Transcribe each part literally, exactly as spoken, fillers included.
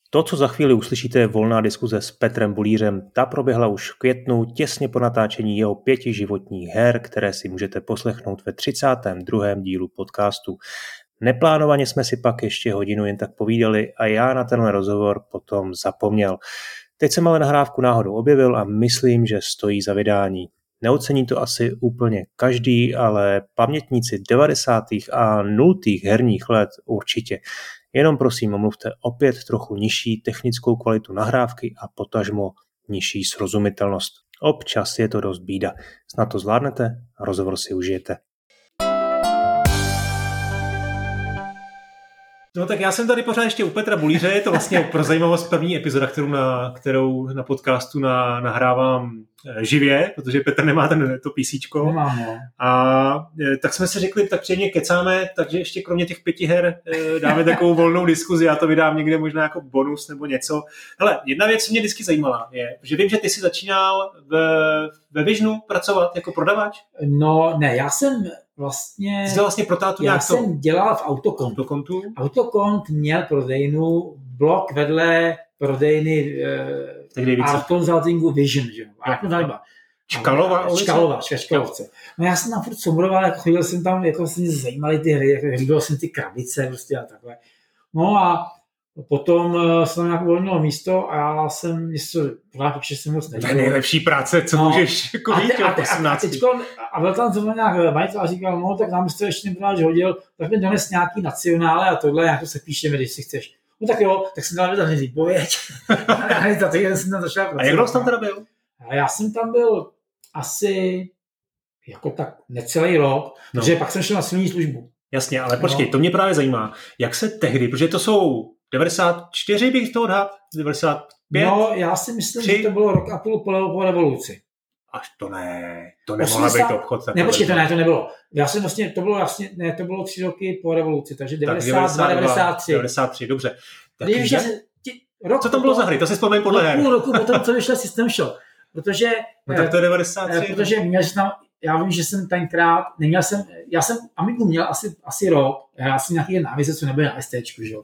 To, co za chvíli uslyšíte, je volná diskuze s Petrem Bulířem. Ta proběhla už v květnu, těsně po natáčení jeho pěti životních her, které si můžete poslechnout ve třicátém druhém dílu podcastu. Neplánovaně jsme si pak ještě hodinu jen tak povídali a já na tenhle rozhovor potom zapomněl. Teď jsem ale nahrávku náhodou objevil a myslím, že stojí za vydání. Neocení to asi úplně každý, ale pamětníci devadesátých a nultých herních let určitě. Jenom prosím omluvte opět trochu nižší technickou kvalitu nahrávky a potažmo nižší srozumitelnost. Občas je to dost bída. Snad to zvládnete a rozhovor si užijete. No tak já jsem tady pořád ještě u Petra Bulíře, je to vlastně pro zajímavost první epizoda, kterou na, kterou na podcastu na, nahrávám živě, protože Petr nemá ten, to písíčko. Nemám, no. A tak jsme si řekli, tak příjemně kecáme, takže ještě kromě těch pěti her dáme takovou volnou diskuzi, já to vydám někde možná jako bonus nebo něco. Hele, jedna věc mě vždycky zajímala je, že vím, že ty jsi začínal ve, ve Visionu pracovat jako prodavač. No ne, já jsem vlastně... Jsi vlastně pro tátu já nějak jsem to... dělal v Autokontu. Autokontu? Autokont měl prodejnu, blok vedle prodejny uh, Art Consultingu Vision, že jo. Art Consultingu. Čkalova? Čkalova, Švečkalovce. No já jsem tam furt somroval, jako chodil jsem tam, jako se mě zajímaly ty hry, jako líbil jsem ty krabice prostě a takhle. No a potom uh, jsem tam nějak uvolnilo místo a já jsem něco, protože jsem moc nedělal. To je nejlepší práce, co no, můžeš jako a, víc, te, a, te, a, a, teďko, a byl tam zrovna nějak majitel a říkal, no tak nám jsi to ještě neprodáč hodil, tak mi dones nějaký nacionále a tohle, nějak to se píšeme, když si chceš. No tak jo, tak jsem dal vydat výpověď. A jak dlouho jsi tam teda byl? A já jsem tam byl asi jako tak necelý rok, no. Protože pak jsem šel na silní službu. Jasně, ale počkej, no. To mě právě zajímá, jak se tehdy, protože to jsou devadesát čtyři bych to odhad, devadesát pět? No, já si myslím, tři? Že to bylo rok a půl po, po revoluci. Až to ne, to nemohla být obchod. Ne, počkej, to ne, to nebylo. Já jsem vlastně, to bylo vlastně, ne, to bylo tři roky po revoluci, takže devadesát dva, devadesát tři. devadesát tři, dobře. Tak Víš, že ti, rok co tam bylo za hry, to si vzpomeň podle her. Půl roku potom, co vyšel System Shock, protože... No tak to je devadesát tři. Protože měl jsem tam, já vím, že jsem tenkrát, neměl jsem, já jsem Amigu měl asi, asi rok, já jsem nějaký návěze, co nebyl na STčku, že jo.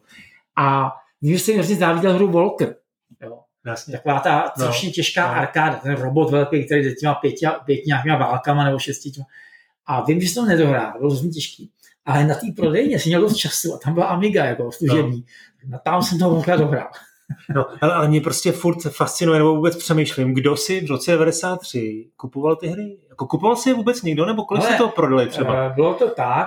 A když jsem hrozně záviděl hru Walker, jo. Jasně. Taková ta strašně no, těžká no. arkáda, ten robot velký, který s těma pěti, pěti nějakýma válkama nebo šesti. Těma. A vím, že jsem to nedohrál, bylo hrozně těžký. Ale na té prodejně jsem měl dost času a tam byla Amiga jako služební. No. Tam jsem to možná dohrál. No, ale, ale mě prostě furt fascinuje, nebo vůbec přemýšlím, kdo si v roce devadesát tři kupoval ty hry? Jako kupoval si je vůbec někdo, nebo kolik si to prodali třeba? Bylo to tak,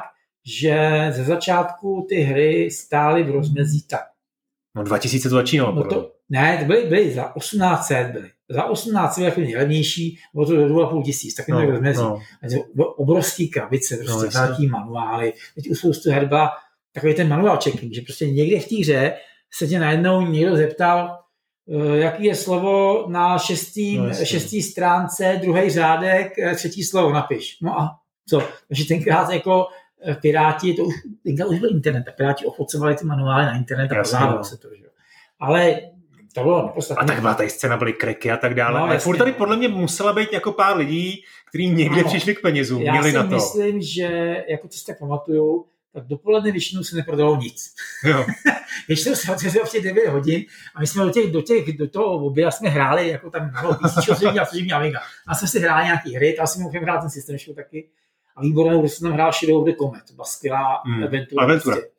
že ze začátku ty hry stály v rozmezí tak. No dva tisíce to začínalo. No to, ne, byly, byly za osmnáct set byly. Za osmnáct set byly jako nejlevnější, bylo to do dva a půl tisíc, taky no, rozmezí. No. Obrovský krabice, prostě no, velký manuály. Teď u spoustu her byla takový ten manuál checking, že prostě někde v té hře se tě najednou někdo zeptal, jaký je slovo na šestý, no, šestý stránce, druhý řádek, třetí slovo napiš. No a co? Takže tenkrát jako Piráti, to už, tenkrát už byl internet, a Piráti ochocovali ty manuály na internet a prodávalo se to. Že? Ale to bylo nepodstatné. A tak byla tady scéna, byly kreky a tak dále. No, ale furt tady podle mě musela být jako pár lidí, kteří někde ano. přišli k penězům, já měli na to. Já si myslím, že jako to si tak pamatuju, tak dopoledne většinou se neprodalo nic. Většinou se otevřelo v těch devět hodin a my jsme do, těch, do, těch, do toho oběda jsme hráli, jako tam bylo písíčko, co dělal, co dělal Amiga. A jsme si hráli nějaký hry, tam si mohl hrát ten System Shock taky. A výbornou, kde jsem tam hrál Shadow of the Comet. Byla skvělá hmm. aventura. aventura. Prostě.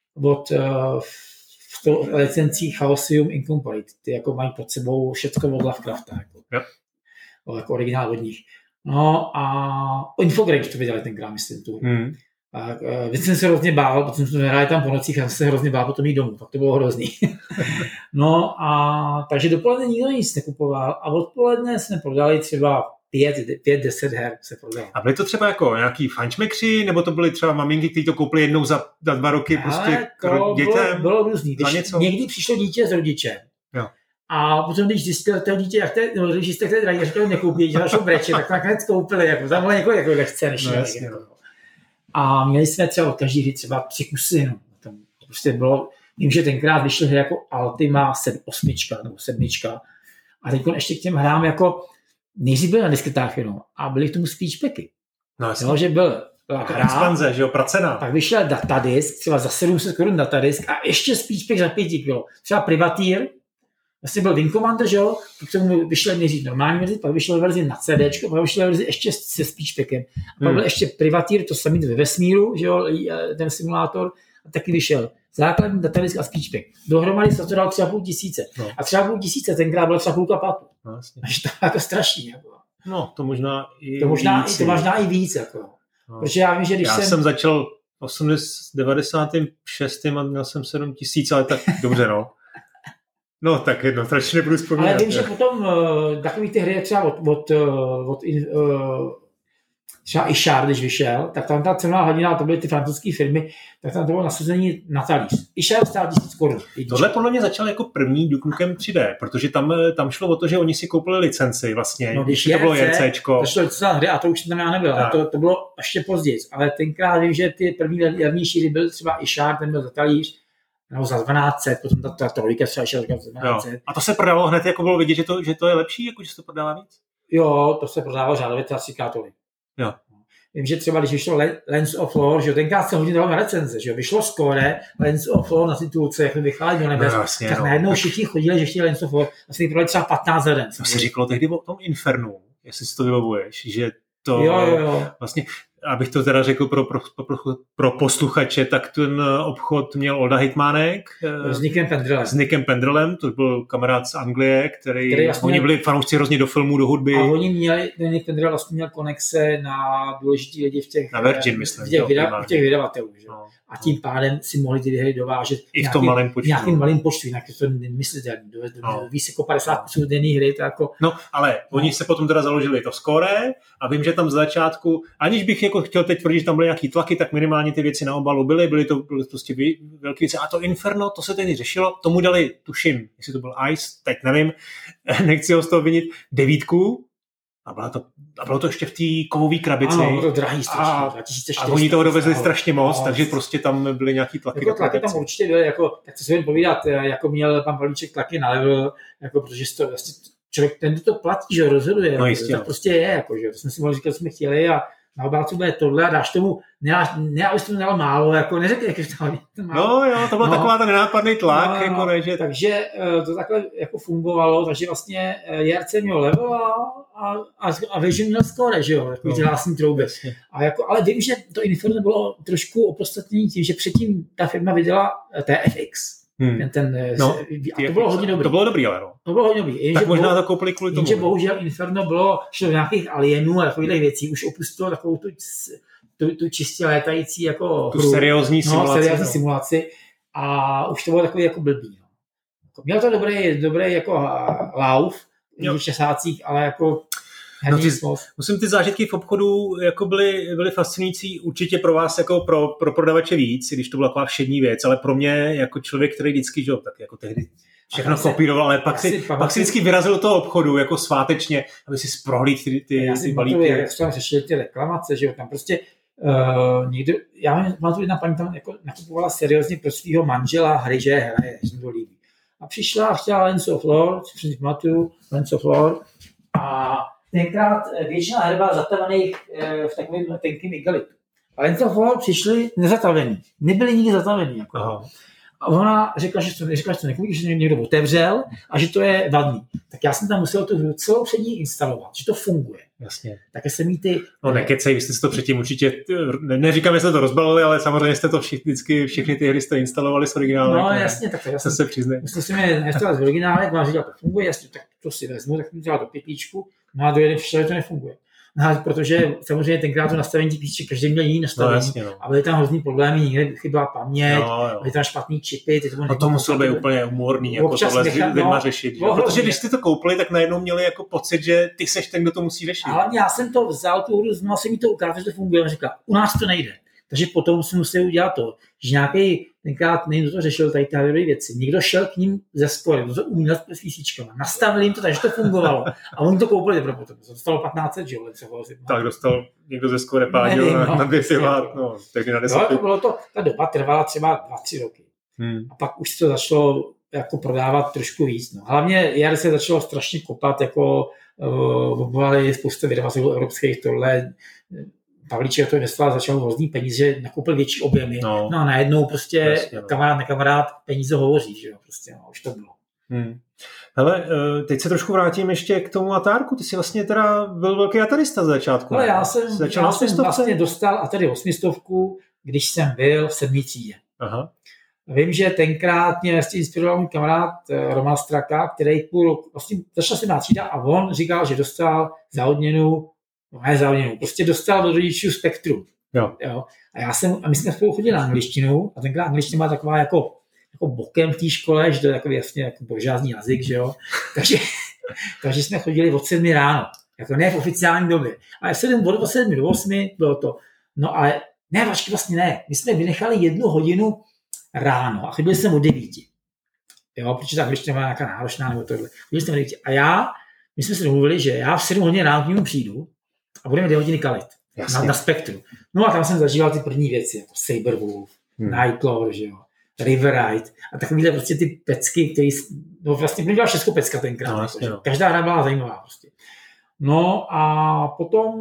Od uh, v to licencí Chaosium Incorporated. Ty jako mají pod sebou všecko od Lovecrafta. Jako, yep. jako originál od nich. No a Infogrames to viděli tenkrát, myslím. Tu. Hmm. A uh, víc jsem se hrozně bál, protože jsme hráli tam po nocích a jsem se hrozně bál potom jít domů. Tak to bylo hrozný. No a takže dopoledne nikdo nic nekupoval a odpoledne jsme prodali třeba Pět, pět, deset her se prodalo. A byly to třeba jako nějaký fančmekři, nebo to byly třeba maminky, kteří to koupili jednou za, za dva roky prostě k dětem? Bylo, bylo různý. Když někdy přišlo dítě s rodičem. Jo. A potom, když zjistil to dítě, jak to je, no, když zjistil, jak to je drahý, že to nekoupí, že začal brečet, tak nakonec koupili. Jako, tam bylo několik jako lehce než no, jasně, jako. A měli jsme třeba od každý hry třeba tři kusy. No. Tam prostě bylo, vím, že tenkrát vyšly hry jako Ultima osmička nebo sedmička. A teď ještě k těm hrám jako nejdřív byl na disketách jenom a byly k tomu speech packy. No, jo, že byl hra. Expanze, že jo, pracena. Tak vyšel datadisk, třeba za sedm set korun datadisk a ještě speechpack za pět kilo. Třeba Privateer, vlastně byl Wing Commander, že jo, k tomu vyšel nejdřív normální verzi, pak vyšel verzi na CDčko, pak vyšel verzi ještě se speechpackem. A pak hmm. byl ještě Privateer, to samý ve vesmíru, že jo, ten simulátor, a taky vyšel základní datadisk a speechpack. Dohromady se to dalo tři a půl tisíce. No. A tři a půl tisíce tenkrát bylo třeba půlka platu. No, takže to je jako strašný. Jako. No, to možná i to možná, víc. To možná i víc. Jako. No. Protože já vím, že když já jsem... jsem začal v devadesátém šestém a měl jsem sedm tisíc, ale tak dobře, no. No, tak jedno, radši nebudu vzpomínat. Ale vím, že potom uh, takový ty hry třeba od, od, uh, od uh, třeba i Shard, když vyšel, tak tam ta cenová hladina, to byly ty francouzské firmy, tak tam to bylo nasazení na talíř. I Shard stál tisíc korun. Tohle podle mě začal jako první Duke Nukem tři dé, protože tam, tam šlo o to, že oni si koupili licenci vlastně. No, když to bylo JRCčko. To šlo docela hry a to už tam já nebyl, ale to, to bylo ještě později. Ale tenkrát vím, že ty první levnější hry byly třeba i Shard, ten byl za talíř, nebo za dvanáct set, potom ta, ta trojka třeba šel za dvanáct set. A to se prodalo hned, jako bylo vidět, že to, že to je lepší, jako že se to prodává víc? Jo, to se prodávalo řádově třeba tolik. Jo. Vím, že třeba když vyšlo Lens of Lore, že tenkrát se hodně dalo na recenze, že vyšlo Score, Lens of Lore na titulce, jak to vychází do nebes, no, vlastně, tak no. najednou všichni chodili, že chtěli Lens of Lore, vlastně prodali třeba patnáct za den. To se říkalo tehdy o tom Infernu, jestli si to vybavuješ, že to jo, jo, jo. vlastně, abych to teda řekl pro, pro, pro, pro posluchače, tak ten obchod měl Olda Hitmánek s Nickem Pendrelem. S Nickem Pendrelem, to byl kamarád z Anglie, který, který vlastně oni byli fanoušci hrozně do filmů, do hudby. A oni měli, Nick Pendrel vlastně měl konexe na důležitý lidi v těch, na Virgin, myslím, v těch, vyda, v těch vydavatelů. Že? No. A tím pádem si mohli ty hry dovážet i v tom malém počtu. Nějakým malým počtu, jinak to nemyslitelný. No. Víc jako padesát kusů denní hry, to jako... No, ale no. oni se potom teda založili to Score a vím, že tam z začátku, aniž bych jako chtěl teď tvrdit, že tam byly nějaký tlaky, tak minimálně ty věci na obalu byly, byly to byly prostě velké věci. A to Inferno, to se tehdy řešilo, tomu dali, tuším, jestli to byl Ice, teď nevím, nechci ho z toho vinit, devítku, a, byla to, a bylo to ještě v té kovové krabici. Ano, bylo to drahý strašně. A, a oni toho dovezli strašně moc, no, takže prostě tam byly nějaký tlaky. Jako tlaky tam určitě byly, jako, tak to si budeme povídat, jako měl pan Pavlíček tlaky na level, jako, protože to vlastně člověk, ten to platí, že rozhoduje, no, jistě, tak prostě je, jako, že to jsme si mohli říkat, co jsme chtěli a na obálce bude tohle a dáš tomu, ne, ne abys tomu dal málo, jako neřekl, jak je to málo. No jo, to byl no, taková ten nenápadný tlak, no, jako ne, že... Takže to takhle jako fungovalo, takže vlastně J R C měl level a, a, a Vision měl Score, že jo, takový ty hlásný trouby. A jako, ale vím, že to Inferno bylo trošku opodstatnění tím, že předtím ta firma vydala T F X. Hmm. Ten, ten, no, a to bylo hodně dobrý. To bylo dobrý, ale no. To bylo hodně dobrý. Jenže tak možná to koupili kvůli tomu. Jenže bohužel Inferno bylo, šlo v nějakých alienů a takových věcí, už opustilo takovou tu, tu, tu čistě létající jako tu hru. seriózní simulaci. No, seriózní no. simulaci a už to bylo takový jako blbý. No. Měl to dobrý, dobrý jako lauf v časácích, ale jako No ty, musím ty zážitky v obchodu jako byly, byly fascinující určitě pro vás jako pro, pro prodavače víc, když to byla taková všední věc, ale pro mě jako člověk, který vždycky, že, tak jako tehdy všechno se, kopíroval, ale pak si, pak si vždycky vyrazil do toho obchodu jako svátečně, aby si zprohlíd ty, ty, já ty balíky. Já si tam řešili ty reklamace, že jo, tam prostě uh, někdo, já mám tu jedna paní tam jako nakupovala seriózně pro svého manžela hry, že hraje, že mi to líbí. A přišla a chtěla Lens of Lore, což si pamatuju, Lens of Lore a tenkrát většina her byla zatavených e, v takovém tenkým igelitu. A Lens of Lore přišli nezatavený. Nebyli nikdy zatavený. Jako. A ona řekla, že to, řekla, že to nekoupí, že někdo otevřel a že to je vadný. Tak já jsem tam musel tu hru celou před ní instalovat, že to funguje. Jasně. Tak jsem jí ty... No nekecej, vy jste si to předtím určitě, ne, neříkám, že jste to rozbalili, ale samozřejmě jste to všichni, všechny ty hry jste instalovali s originálem. No jasně, tak já jsem se přiznat. Musel jsem je instalovat s originálem, vám říkal, to funguje, jasně, tak to si vezmu, tak jsem dělal do pětlíčku, no a do jeden všeho to nefunguje. No, protože samozřejmě tenkrát to nastavení těch písček, každý měl jiný nastavení. No, jasně, no. A byly tam hrozný problémy, někde chyběla paměť, no, byly tam špatný čipy. Ty to, no to muselo být úplně humorný, jako tohle s lidma řešit. No, protože když jste to koupili, tak najednou měli jako pocit, že ty seš ten, kdo to musí řešit. Ale já jsem to vzal, tu hru, znovu jsem mi to ukázal, že to funguje. A říkal, u nás to nejde. Takže potom jsem musel udělat to, že nějaký tenkrát nevím, kdo to řešil, tady ty věci. Někdo šel k ním ze Score, kdo to uměl s písničkama, nastavili jim to, takže to fungovalo. A oni to koupili teprve potom. To dostalo patnáct set, že jo? Tak dostal někdo ze Score pádil na, no, na dvě piva, no, takže na deset. No, to bylo to, ta doba trvala třeba dva, tři roky. Hmm. A pak už se to začalo jako prodávat trošku víc. No. Hlavně J R se začalo strašně kopat, jako uh, obovali spousta vydavatelů evropských, tohle Pavlíček to investoval, začal různý peníze, že nakoupil větší objemy, no, no a najednou prostě jasně, no. kamarád na kamarád peníze hovoří, že jo, prostě, no, už to bylo. Hmm. Hele, teď se trošku vrátím ještě k tomu Atárku. Ty jsi vlastně teda byl velký atarista z začátku. Ale já jsem, já jsem vlastně dostal Atari osmistovku, když jsem byl v sedmý třídě. Aha. Vím, že tenkrát mě vlastně inspiroval můj kamarád Roman Straka, který půl, vlastně začal sedmá třída a on říkal, že dostal za odměnu, no ne za odměnu, prostě dostal do rodičů Spektrum. Jo. Jo. A já jsem, a my jsme spolu chodili na angličtinu a tenkrát angličtina byla taková jako jako bokem v té škole, že to je takový jasně jako buržázní jazyk, že jo. Takže, takže jsme chodili od sedmi ráno, jako ne v oficiální době. Ale sedm, od sedmi do osmi bylo to. No ale ne, vašky vlastně ne. My jsme vynechali jednu hodinu ráno a chodili jsme od devíti. Jo, protože ta angličtina byla nějaká náročná nebo tohle. Chodili jsme od devíti. A já, my jsme se domluvili, že já v sedm hodin ráno k němu přijdu a budeme dvě hodiny kalit na, na Spektru. No a tam jsem zažíval ty první věci, jako Saberwolf, hmm. Nightlore, že jo. Riverite a takovýhle prostě ty pecky, který, no vlastně nedělal všechno pecka tenkrát. No, vlastně, no. Každá hra byla zajímavá prostě. No a potom...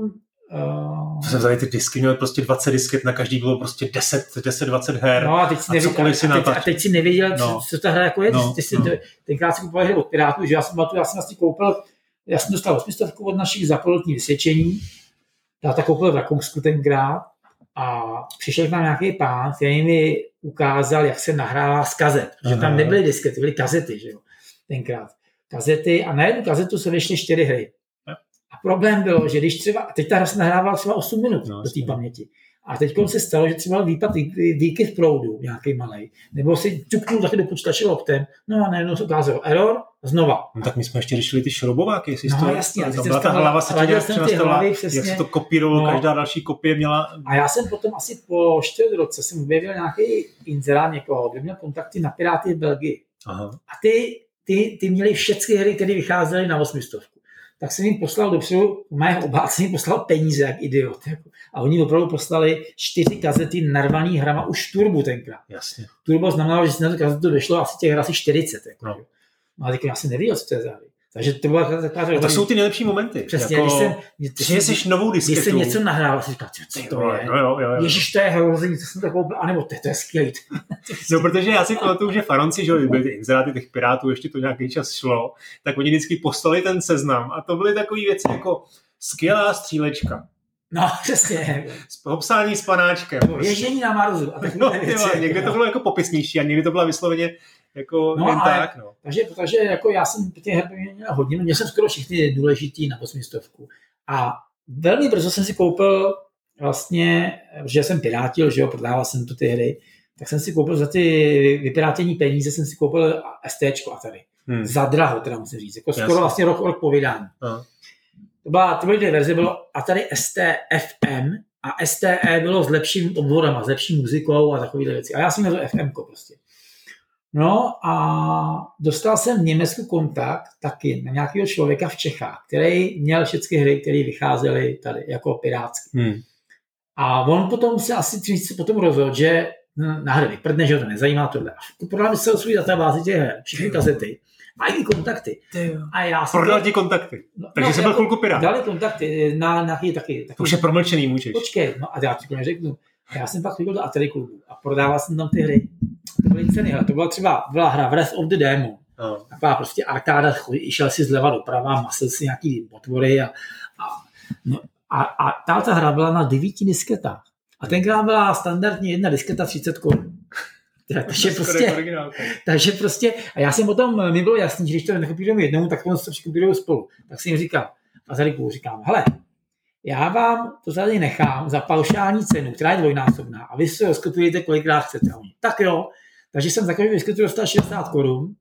Uh... jsem vzali ty disky, měl prostě dvacet disket, na každý bylo prostě deset, deset, dvacet her. No a teď si, nevěděl, a, a, teď, a teď si nevěděl, no. co, co ta hra jako je. No, ty si, no. Tenkrát si kupoval hry od Pirátů, že já jsem, já jsem vlastně koupil, já jsem dostal osmistovku od našich zapolotních vysvědčení. Já to koupil v Rakousku tenkrát a přišel k nám nějaký pán, který mi ukázal, jak se nahrává z kazet. Protože tam nebyly diskety, byly kazety, že jo, tenkrát. Kazety a na jednu kazetu se vyšly čtyři hry. A problém bylo, že když třeba, teď ta hra se nahrával třeba osm minut no, do té paměti. A teď se stalo, že třeba výpad výky v proudu, nějaký malej, nebo si ťuknul taky do počítače loktem, no a najednou se ukázalo error, znova. No tak my jsme ještě řešili ty šrobováky, jestli no, to, jasně, tam byla ta hlava se nějak přenastavila, jak se to kopírovalo, no. Každá další kopie měla... A já jsem potom asi po čtyři roce jsem objevil nějaký inzerát někoho, kdo měl kontakty na Piráty v Belgii. Aha. A ty, ty, ty měli všechny hry, které vycházely na osmistovku. Tak jsem jim poslal dopředu, mého obhácení poslal peníze, jak idiot. Jako. A oni opravdu poslali čtyři kazety narvaný hrama už turbu tenkrát. Jasně. Turbo znamenalo, že si na tu kazetu vyšlo asi těch her asi čtyřicet. Jako. No. no a teď já jsem nevěděl, co to je za hry. Takže to byla taková... A to jsou ty nejlepší momenty. Přesně, jako, když jsem... Když jsi novou disketu. Když jsem něco nahrál, si říkal, co to je? Jo, jo, jo, jo. Ježiš, to je hrozný, co jsem to koupil. A nebo to, to je skvělý. No, protože já si pamatuju, že faronci, že byli ty inzeráty těch Pirátů, ještě to nějaký čas šlo, tak oni vždycky poslali ten seznam. A to byly takové věci jako skvělá střílečka. No, přesně. Obsání s panáčkem. No, ježdění na Marsu. A no, tyva, někdy to bylo jako popisnější a někdy to byla vysloveně jako no, jen ale, tak. No. Takže, takže jako já jsem těch her měl hodně, měl jsem skoro všechny důležitý na osmistovku. A velmi brzo jsem si koupil vlastně, že jsem pirátil, že jo, prodával jsem tu ty hry, tak jsem si koupil za ty vypirátění peníze, jsem si koupil STčko Atari. Hmm. Za draho, teda musím říct. Jako skoro vlastně rok, rok po vydání. Aha. To byla, to byly dvě verze, bylo Atari S T F M a S T E bylo s lepším obvodama, s lepší muzikou a takovýhle věci. A já jsem měl to F M ko prostě. No a dostal jsem v Německu kontakt taky na nějakého člověka v Čechách, který měl všechny hry, které vycházely tady jako pirátský. Hmm. A on potom se asi tři měsíce potom rozhodl, že na hry vyprdne, že ho to nezajímá tohle. Prodal mi se svůj databázi těch her, všechny kazety. Mají kontakty. A já jsem prodal ti kontakty. No, takže no, jsem byl chvilku pirát. Dali kontakty na nějaký taky. taky to už je promlčený, můžeš. Počkej, no a já ti to neřeknu. A já jsem pak chodil do Atari klubu a prodával jsem tam ty hry. To byly ceny, hele. To byla třeba byla hra Wrath of the Demo. Oh. Taková prostě arkáda, šel si zleva doprava, masil si nějaký potvory a, a, no, a, a ta, ta hra byla na devíti disketách. A tenkrát byla standardně jedna disketa třicet korun. Takže prostě, takže prostě, a já jsem potom, mi bylo jasný, že když to nekopírujeme jednou, tak on se to překopírujeme spolu. Tak jsem jim říkal, a Zariku říkám, hele, já vám to tady nechám za paušální cenu, která je dvojnásobná, a vy si to rozkopírujete, kolikrát chcete. Tak jo, takže jsem za každý diskotu dostal šedesát korun.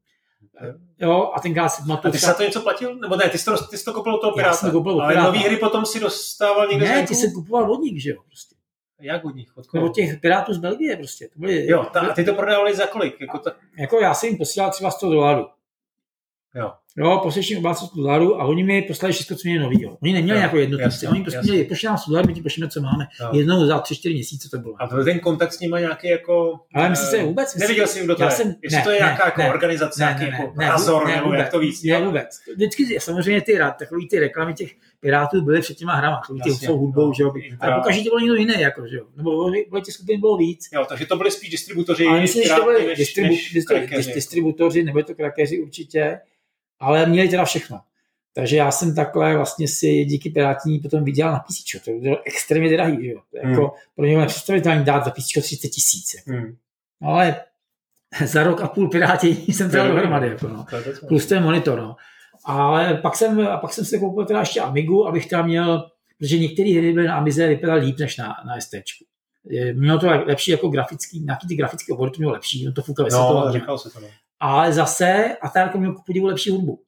Jo, a tenkrát si pamatuju. A ty jsi za to něco platil? Nebo ne, ty jsi to, ty jsi to koupil od toho Piráta. Ale nový hry potom si dostával někde ne, ty jsi kupoval od nich, že jo, prostě. Jak od nich? Od koho? Od těch Pirátů z Belgie prostě. To byly, jo, ta, a ty to prodávali za kolik? Jako, ta... jako já jsem jim posílal třeba sto dolarů. Jo. Jo, poslyším obálku dolarů a oni mi poslali všechno, co měli novýho. Oni neměli nějakou jednotlivost. Oni prostě měli, pošli nám dolar, my ti pošlíme, co máme. Jo. Jednou za tři čtyři měsíce to bylo. A byl ten kontakt s nima nějaký jako... Ale myslíš se vůbec? Neviděl jsi, kdo to je? Jsem, Jestli ne, to je nějaká ne, jako ne, organizace, ne, nějaký ne, jako ne, razor, ne, nebo vůbec, jak to víc? Ne, vůbec. Vždycky samozřejmě ty, takový ty reklamy těch pirátů byly před těma hrama. Ty jsou hudbou, no, že jo. Ale pokaždé to bylo někdo jiný, jako, že jo. Nebo bylo těch skupin bylo víc. Jo, takže to byly spíš distributoři. Ale myslím, že to byly distributoři, nebo to krakeři určitě. Ale měli teda všechno. Takže já jsem takhle vlastně si díky Pirátění potom vydělal na písíčko. To bylo extrémně drahý, že jo. Hmm. Jako pro něj nepředstavitelný dát za písíčko třicet tisíc. Hmm. Ale za rok a půl Pirátění jsem dal dohromady, jako no. Plus ten monitor, no. Ale pak jsem, a pak jsem si koupil teda ještě Amigu, abych tam měl, protože některé hry byly na Amize vypadaly líp než na, na STčku. Mělo to lepší jako grafický, nějaký ty grafické obory to mělo lepší, no to fukalo vysvětlovat. No, říkal se to, no. Ale zase Atari měl ku podivu lepší hudbu.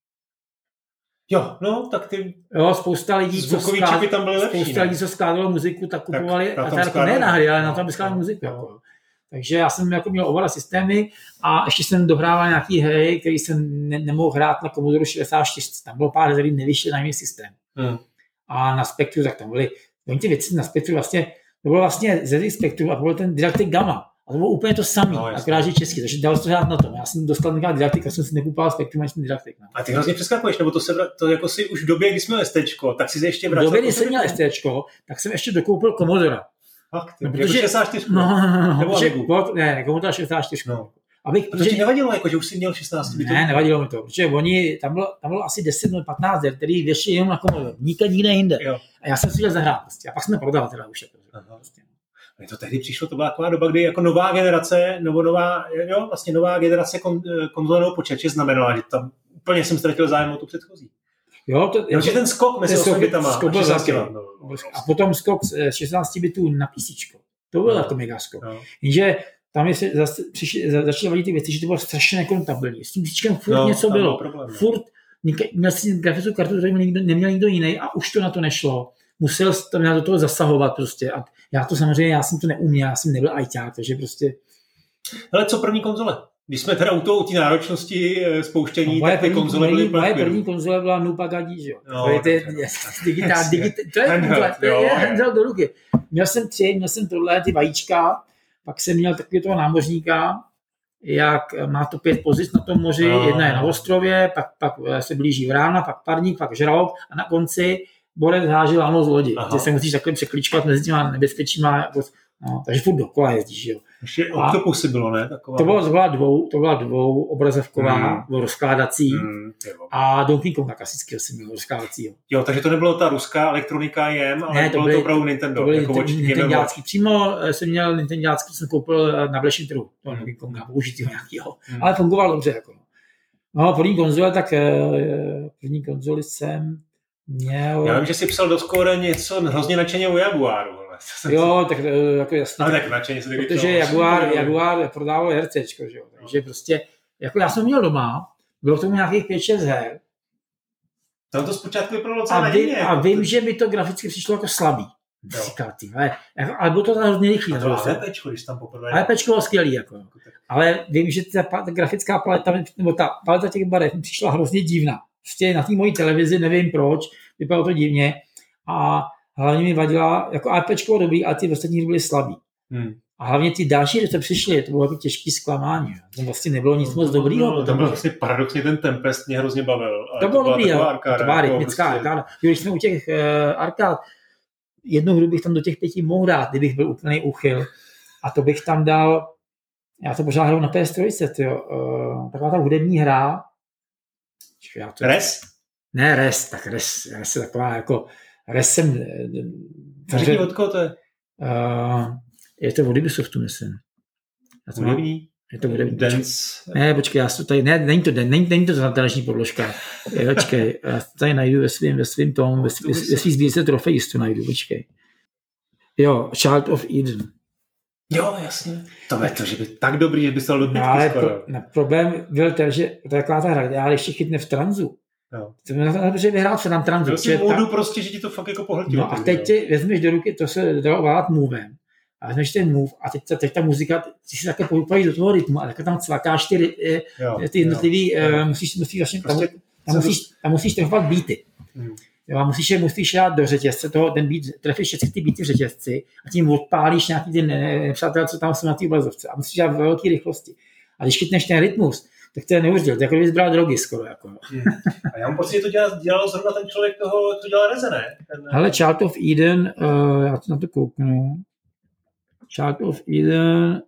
Jo, no, tak ty... Jo, spousta lidí, co sklád... tam byly lepší, spousta ne? lidí, co skládalo muziku, tak kupovali tak Atari ne na hry, ale na to, aby skládali no, muziku. no. Jako. Takže já jsem jako měl oba systémy a ještě jsem dohrával nějaký hry, který jsem ne- nemohl hrát na Commodore šedesát čtyři. Tam bylo pár her, nevyšly na jiný systém. Hmm. A na Spectru, tak tam byly oni ty věci na Spectru vlastně, to bylo vlastně ze Spectru a to byl ten Didactic Gamma. A to bylo úplně to samé, no, akorát, že česky, takže dalo se to hrát na tom. Já jsem dostal nějaká Didactic, a jsem si nekupoval Spektrum, až jsem Didactic. No. A ty hrozně přeskakuješ, nebo to se vrat, to jako si už v době, kdy jsi měl STčko, tak si se ještě vracel. V době, kdy jsem měl STčko, tak jsem ještě dokoupil Commodore. Fakt, no, protože, jako šedesát čtyři. No, no, no, nebo protože, ne, ne, Commodore šedesát čtyři. No. Abych, a to ti nevadilo, jako, že už jsi měl šestnáct bitů? Ne, nevadilo mi to, protože oni, tam bylo, tam bylo asi deset nebo patnáct her, který věšli jenom na Commodore, nikde nikde jinde. Jo. A já jsem si chtěl zahrát prostě. A pak jsme prodali teda už. Prostě. Mně to tehdy přišlo, to byla taková doba, kdy jako nová generace, nebo nová, jo, vlastně nová generace kon, konzoleného počítače znamenala, že tam úplně jsem ztratil zájem o tu předchozí. Jo, to, no, že ten skok mezi osmi bitama a šestnácti. A potom skok z šestnácti bitů na písíčko. To byl no. jako mega skok. No. Jenže tam je zase, přišli, začaly vadit ty věci, že to bylo strašně nekontabilní. S tím písíčkem furt no, něco bylo. Problém, furt měl si grafickou kartu, kterou neměl nikdo jiný a už to na to nešlo. Musel tam do toho zasahovat prostě. A já to samozřejmě, já jsem to neuměl, já jsem nebyl ajťák, takže prostě... Hele, co první konzole? Když jsme teda u toho, u té náročnosti spouštění, no, tak ty konzole byly plně. Moje první konzole byla Nupa Gadí, že jo? No, to je ty, digitál, digitál, to je konzole, to je handheld do ruky. Měl jsem tři, měl jsem tohle, ty vajíčka, pak jsem měl takový toho námořníka, jak má to pět pozic na tom moři, no, jedna je na ostrově, pak, pak se blíží vrána, pak parník, pak žralok a na konci borec háže lano z lodi, že se musíš takhle překlíčkovat mezi těma nebezpečíma, no, takže furt dokola jezdíš, jo. Ještě Octopusy bylo, ne? Taková... To, bylo, to byla dvou, to byla dvou obrazovková, mm. rozkládací mm, a Donkey Konga klasického jsem měl rozkládacího. Jo, takže to nebylo ta ruská elektronika jem, ale ne, to bylo byly, to opravdu Nintendo. To byly jako Nintendácký. Přímo jsem měl Nintendácký, jsem koupil na Bleším trhu, to Donkey Konga, použitýho nějakýho, mm. ale fungoval dobře. Jako. No, první konzole, tak první konzoli jsem měl... Já vím, že jsi psal do skóre něco hrozně nadšeně u Jaguaru. Jo, tak jako jasně. Ale tak nadšeně se taky protože Jaguar, Jaguar prodával hercečko, že jo. Takže prostě, jako já jsem měl doma, bylo k tomu nějakých pět šest her. Tam to zpočátku vypadalo docela a, vím, a vím, že mi to graficky přišlo jako slabý. Říkal, ty, ale, ale bylo to hrozně rychlý. A to bylo APčko, když tam poprvé... APčko bylo skvělý, jako. Ale vím, že ta, ta grafická paleta, nebo ta paleta těch barev mi přišla hrozně divná. Prostě na té mojí televizi, nevím proč, vypadalo to divně. A hlavně mi vadila, jako APčko bylo dobrý, ale ty ostatní byly slabý. Hmm. A hlavně ty další, že to přišly, to bylo jako těžký zklamání. Tam vlastně nebylo nic moc dobrýho. No, tam byl vlastně paradoxně ten Tempest, mě hrozně bavil. To, to bylo dobrý, jo. Arkáda, to byla rytmická prostě... arkáda. Když jsme u těch uh, arkád, jednu hru bych tam do těch pěti mohl dát, kdybych byl úplný úchyl. A to bych tam dal, já to pořád hraju na P S tři, tyjo, uh, taková ta hudební hra. To... Res? Ne, Res, tak Res, Res je taková jako, Res jsem... Řekni, od koho to je? Uh, je to od Ubisoftu, myslím. Hudební? Je to hudební. Dance? Ne, počkej, já to tady, ne, není to, není, není to ta taneční podložka. Je, počkej, já to tady najdu ve svým, ve svým tom, ve, ve, ve svým sbírce trofejí to najdu, počkej. Jo, Child of Eden. Jo, jasně. To je to, že by tak dobrý, že by se dal do pětky no, skoro. Pro, no, problém byl ten, že to je taková ta hra, já ještě chytne v tranzu. Jo. To mě na to, že vyhrál se tam tranzu. Byl si módu prostě, že ti to fakt jako pohltilo. No a teď ty vezmeš do ruky, to se dalo ovládat movem. A vezmeš ten move a teď ta, teď ta muzika, ty si také pohypají do toho rytmu a tak tam cvakáš ty, jo, ty jednotlivý, jo. musíš, musíš vlastně, prostě tam, tam, musíš, tam musíš trefovat beaty. Hmm. Jo, a musíš, musíš dát do řetězce toho, ten beat, trefíš všechny ty beaty v řetězci a tím odpálíš nějaký ty nepřátelé, co tam jsou na té obrazovce a musíš dát ve velké rychlosti. A když chytneš ten rytmus, tak to je neuvěřitelné, to je jako kdyby zbral drogy skoro. Jako. Hmm. A já mám pocit, že to dělal, dělal zrovna ten člověk toho, co dělal Reze, ne? Ten, hele, Child of Eden, uh, já to na to kouknu. Child of Eden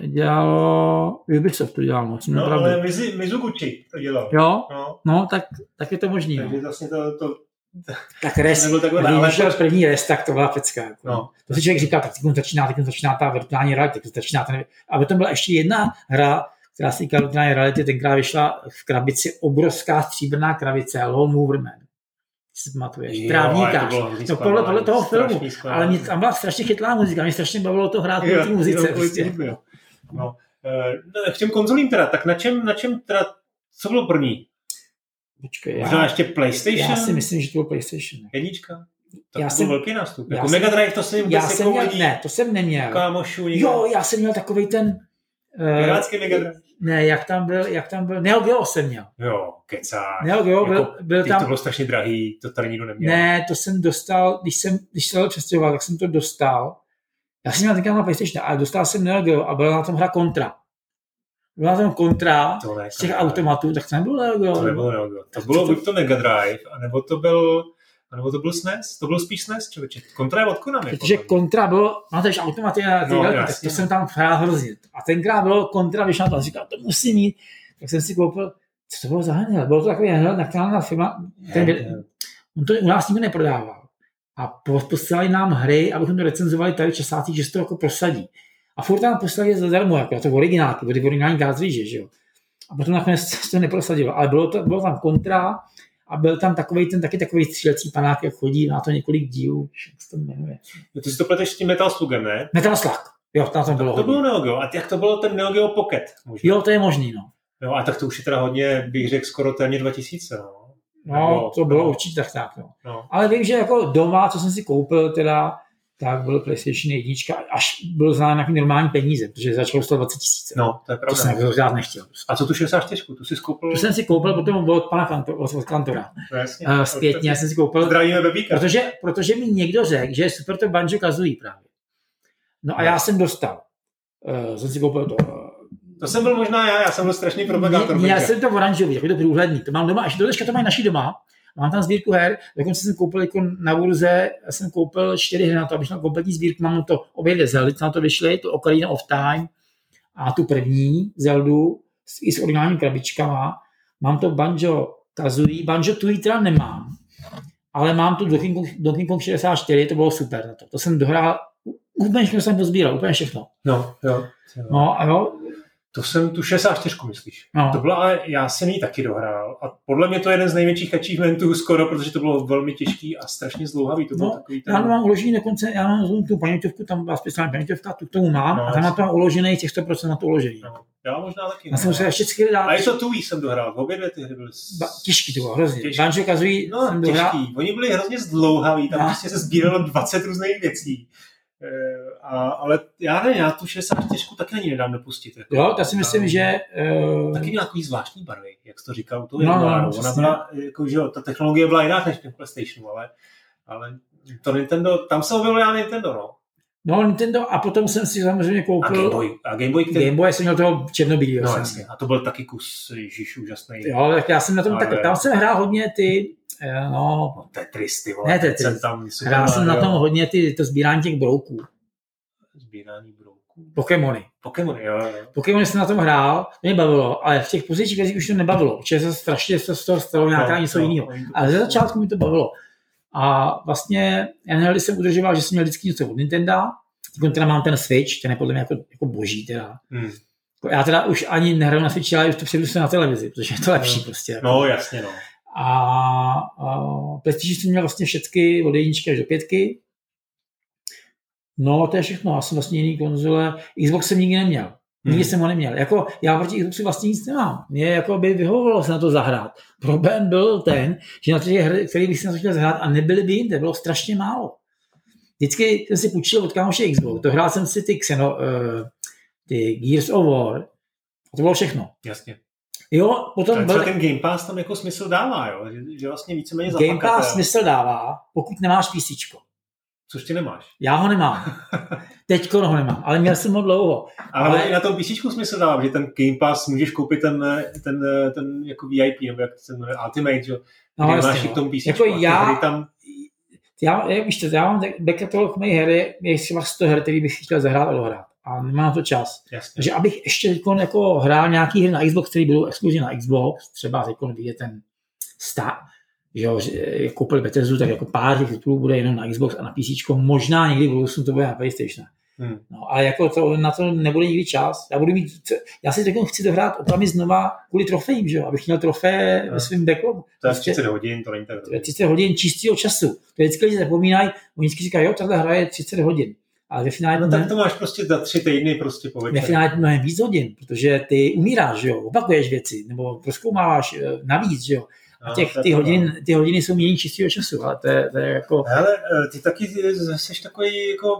dělalo, Ubisoft to dělal moc. No, ale Mizuguchi to dělal. Jo, no, no tak, tak je to možný. Takže vlastně to... to tak res, když šel první res, tak to byla pecka. Jako. No. To si člověk říká, tak teď začíná, teď začíná ta virtuální realita, teď začíná ta... A potom byla ještě jedna hra, která se týká virtuální reality, tenkrát vyšla v krabici obrovská stříbrná krabice, Lone Moverman. Si pamatuješ, trávníkář. No podle, podle toho filmu, ale mě, tam byla strašně chytlá muzika, mě strašně bavilo to hrát po té muzice. Prostě. No. E, k těm konzolím teda, tak na čem, na čem teda, co bylo první? Počkej, možná já, ještě PlayStation? Já si myslím, že to byl PlayStation. Ne? Jednička? To já byl jsem, velký nástup. Jako Mega Drive to jsem já jsem měl, ne, to jsem neměl. Kámošu, jo, já jsem měl takovej ten... Pirátský Mega Drive? Ne, jak tam byl, jak tam byl, Neo Geo jsem měl. Jo, kecáš. Neo Geo byl, jako, byl tam... to bylo strašně drahý, to tady nikdo neměl. Ne, to jsem dostal, když jsem, když jsem přestěhoval, tak jsem to dostal. Já jsem měl tenkrát na PlayStation, ale dostal jsem Neo Geo a byla na tom hra Contra. Byla na tom Contra ne, z těch automatů, tak to nebylo Neo Geo. To nebylo Neo Geo. To bylo buď to Mega Drive, anebo to byl... A nebo to byl S N E S? To byl spíš S N E S, člověče. Contra je od Konami. Protože Contra bylo, máte už automaty na ty no, velký, tak to jsem tam hrál hrozně. A tenkrát bylo Contra, vyšlo na to a říkal, to musí mít. Tak jsem si koupil, co to bylo za hra? Bylo to takový nakládaná firma, ten, on to u nás nikdo neprodával. A posílali nám hry, abychom to recenzovali tady v Česátých, že se to jako prosadí. A furt tam poslali zadarmo, jako to originálky, byly originální gázříže, že jo. A potom nakonec se to neprosadilo. Ale bylo, to, bylo tam Contra, a byl tam takový ten taky takový střílecí panák, jak chodí, má to několik dílů, jak se to jmenuje. No, ty si to pleteš s tím Metal Slugem, ne? Metal Slug, jo, tam to bylo. To bylo Neo Geo, a jak to bylo ten Neo Geo Pocket? Možná. Jo, to je možný, no. Jo, a tak to už je teda hodně, bych řekl, skoro téměř dva tisíce, no. No, nebo, to bylo no. určitě tak, tak, no. no. Ale vím, že jako doma, co jsem si koupil, teda, tak byl PlayStation jedna, až byl za nějaký normální peníze, protože začalo sto dvacet tisíc. No, to je pravda. To jsem pořád nechtěl. A co tu šedesát čtyři? Tu jsi koupil? Tu jsem si koupil potom od pana Kantora, od Kantora. No, jasně. Uh, zpětně, já jsem si koupil. Zdravíme Bebíka. Protože, protože mi někdo řekl, že je super to Banjo-Kazooie právě. No a já jsem dostal. Uh, jsem si koupil to. Uh, to jsem byl možná já, já jsem byl strašný propagátor. Já jsem to oranžový, jako to průhledný. To mám doma, až do dneška to mají naši doma. Mám tam sbírku her, dokonce jsem koupil jako na burze, já jsem koupil čtyři hry na to, abych měl kompletní sbírku, mám to obě dvě Zeldy, na to vyšly, to Ocarina of Time a tu první Zeldu i s originálními krabičkama. Mám to Banjo-Kazooie, Banjo-Tooie teda nemám, ale mám tu Donkey Kong, Donkey Kong šedesát čtyři, to bylo super na to. To jsem dohrál, úplně všechno jsem pozbíral, úplně všechno. No, jo. jo. No, a jo. To jsem tu šedesát čtyři, myslíš? No. To bylo, ale já jsem ji taky dohrál. A podle mě to je jeden z největších achievementů skoro, protože to bylo velmi těžký a strašně zdlouhavý. To bylo no, takový ten... Já mám uložený dokonce, já mám tu paměťovku, tam byla speciální paměťovka, tu k tomu mám, no, a tam mám tam uložený těch sto procent na to uložený. No. Já možná taky. Já jsem musel všechny dát. A je to tu jsem dohrál, obě dvě ty hry byly... Ba- těžký to bylo, hrozně. Banjo-Kazooie no, jsem dohrál. Těžký. Oni byli hrozně zdlouhaví, tam no. prostě se sbíralo dvacet různých věcí. A, ale já nevím, já tu šedesát čtyři taky není nedám dopustit. Jako, jo, já si myslím, tam, že... Uh... Taky měla takový zvláštní barvy, jak jsi to říkal. To no, no, no, ona byla, jako, že jo, ta technologie byla jiná než v PlayStationu, ale, ale to Nintendo, tam se objevil já Nintendo, no. No, Nintendo a potom jsem si samozřejmě koupil... A Game Boy. A Game Boy, který... Game Boy jsem měl toho černobílého. No, jasně. A to byl taky kus, ježiš, úžasný. Jo, tak já jsem na tom ale... tak, tam jsem hrál hodně ty... No, no Tetris, ty vole. Ne Tetris. Tam hrál jsem na tom hodně ty, to sbírání těch brouků. Sbírání brouků? Pokémony. Pokémony, jo, jo. Pokémony jsem na tom hrál, to mě bavilo, ale v těch pozdějších věcích už to nebavilo, protože se strašně se z toho stalo nějaká no, něco no, jiného. Ale ze začátku mi to bavilo. A vlastně já když jsem udržoval, že jsem měl vždycky něco od Nintendo, teď teda mám ten Switch, ten je podle mě jako, jako boží teda. Hmm. Já teda už ani nehraju na Switchi, ale už to přijdu se na televizi, protože je to lepší no. prostě. Jako. No jasně, no. A, a PlayStation jsem měl vlastně všechny od jedničky až do pětky. No, to je všechno. Já jsem vlastně jiný konzole. Xbox jsem nikdy neměl. Nikdy hmm. jsem ho neměl. Jako, já proti Xboxu vlastně nic nemám. Mně jako by vyhovovalo se na to zahrát. Problém byl ten, že na těch hry, který bych si na to chtěl zahrát a nebyly by jinde, bylo strašně málo. vždycky jsem si půjčil od kámoše Xbox, to hrál jsem si ty, Xeno, uh, ty Gears of War, a to bylo všechno. Jasně. Jo, potom... Byl... ten Game Pass tam jako smysl dává, jo? Že, že vlastně víceméně zapakatel. Game Pass smysl dává, pokud nemáš PCčko. Což ty nemáš. Já ho nemám. Teďko ho nemám, ale měl jsem ho dlouho. Ale, ale... na tom PCčku smysl dává, že ten Game Pass můžeš koupit ten, ten, ten jako V I P, nebo jak ten Ultimate, že? No, máš jasně, k tomu PCčku. Jako já, tam... já, já, víš to, já mám back catalog mých her, je třeba sto her, který bych chtěl zahrát a dohrát. A nemám to čas. Jasně. Takže abych ještě teďkon jako hrál nějaký hry na Xbox, který budou exkluzivně na Xbox, třeba teďkon vidět ten Star, jo, že koupili Bethesdu, tak jako pár těch titulů bude jenom na Xbox a na PCčko, možná někdy v budoucnu to bude na PlayStation. Hmm. No, ale jako to, na to nebude nikdy čas. Já budu mít, já si teďkon chci dohrát opravdu znova kvůli trofejím, že jo, abych měl trofeje hmm. ve svém backlogu. To je třicet hodin, to není tak. To je třicet hodin čistého času. To vždycky lidi zapomínají, oni vždycky říkají, jo, tahle hra je třicet hodin. Ale ve finále no, tak to máš prostě za tři týdny prostě po večer. Ve finále je mnohem víc hodin, protože ty umíráš, že jo, opakuješ věci, nebo prozkoumáváš navíc, že jo. A těch, ty, hodin, ty hodiny jsou méně čistého času, ale to je, to je jako... Hele, ty taky jsi takový jako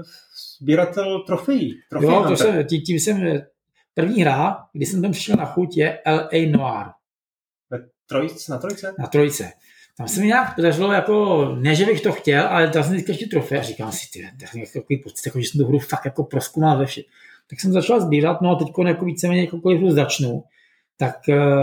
sběratel trofejí. Jo, to jsem, tím, tím jsem, první hra, kdy jsem tam přišel na chuť, je L A Noir. Trojice, na trojce? Na trojce. Tam se mi nějak podařilo, jako, ne, že bych to chtěl, ale tam jsem vždycky ještě trofej a říkám si, ty, takový pocit, jako, že jsem tu hru fakt jako prozkoumal ve vše. Tak jsem začal sbírat, no a teď jako víceméně jakoukoliv začnu, tak...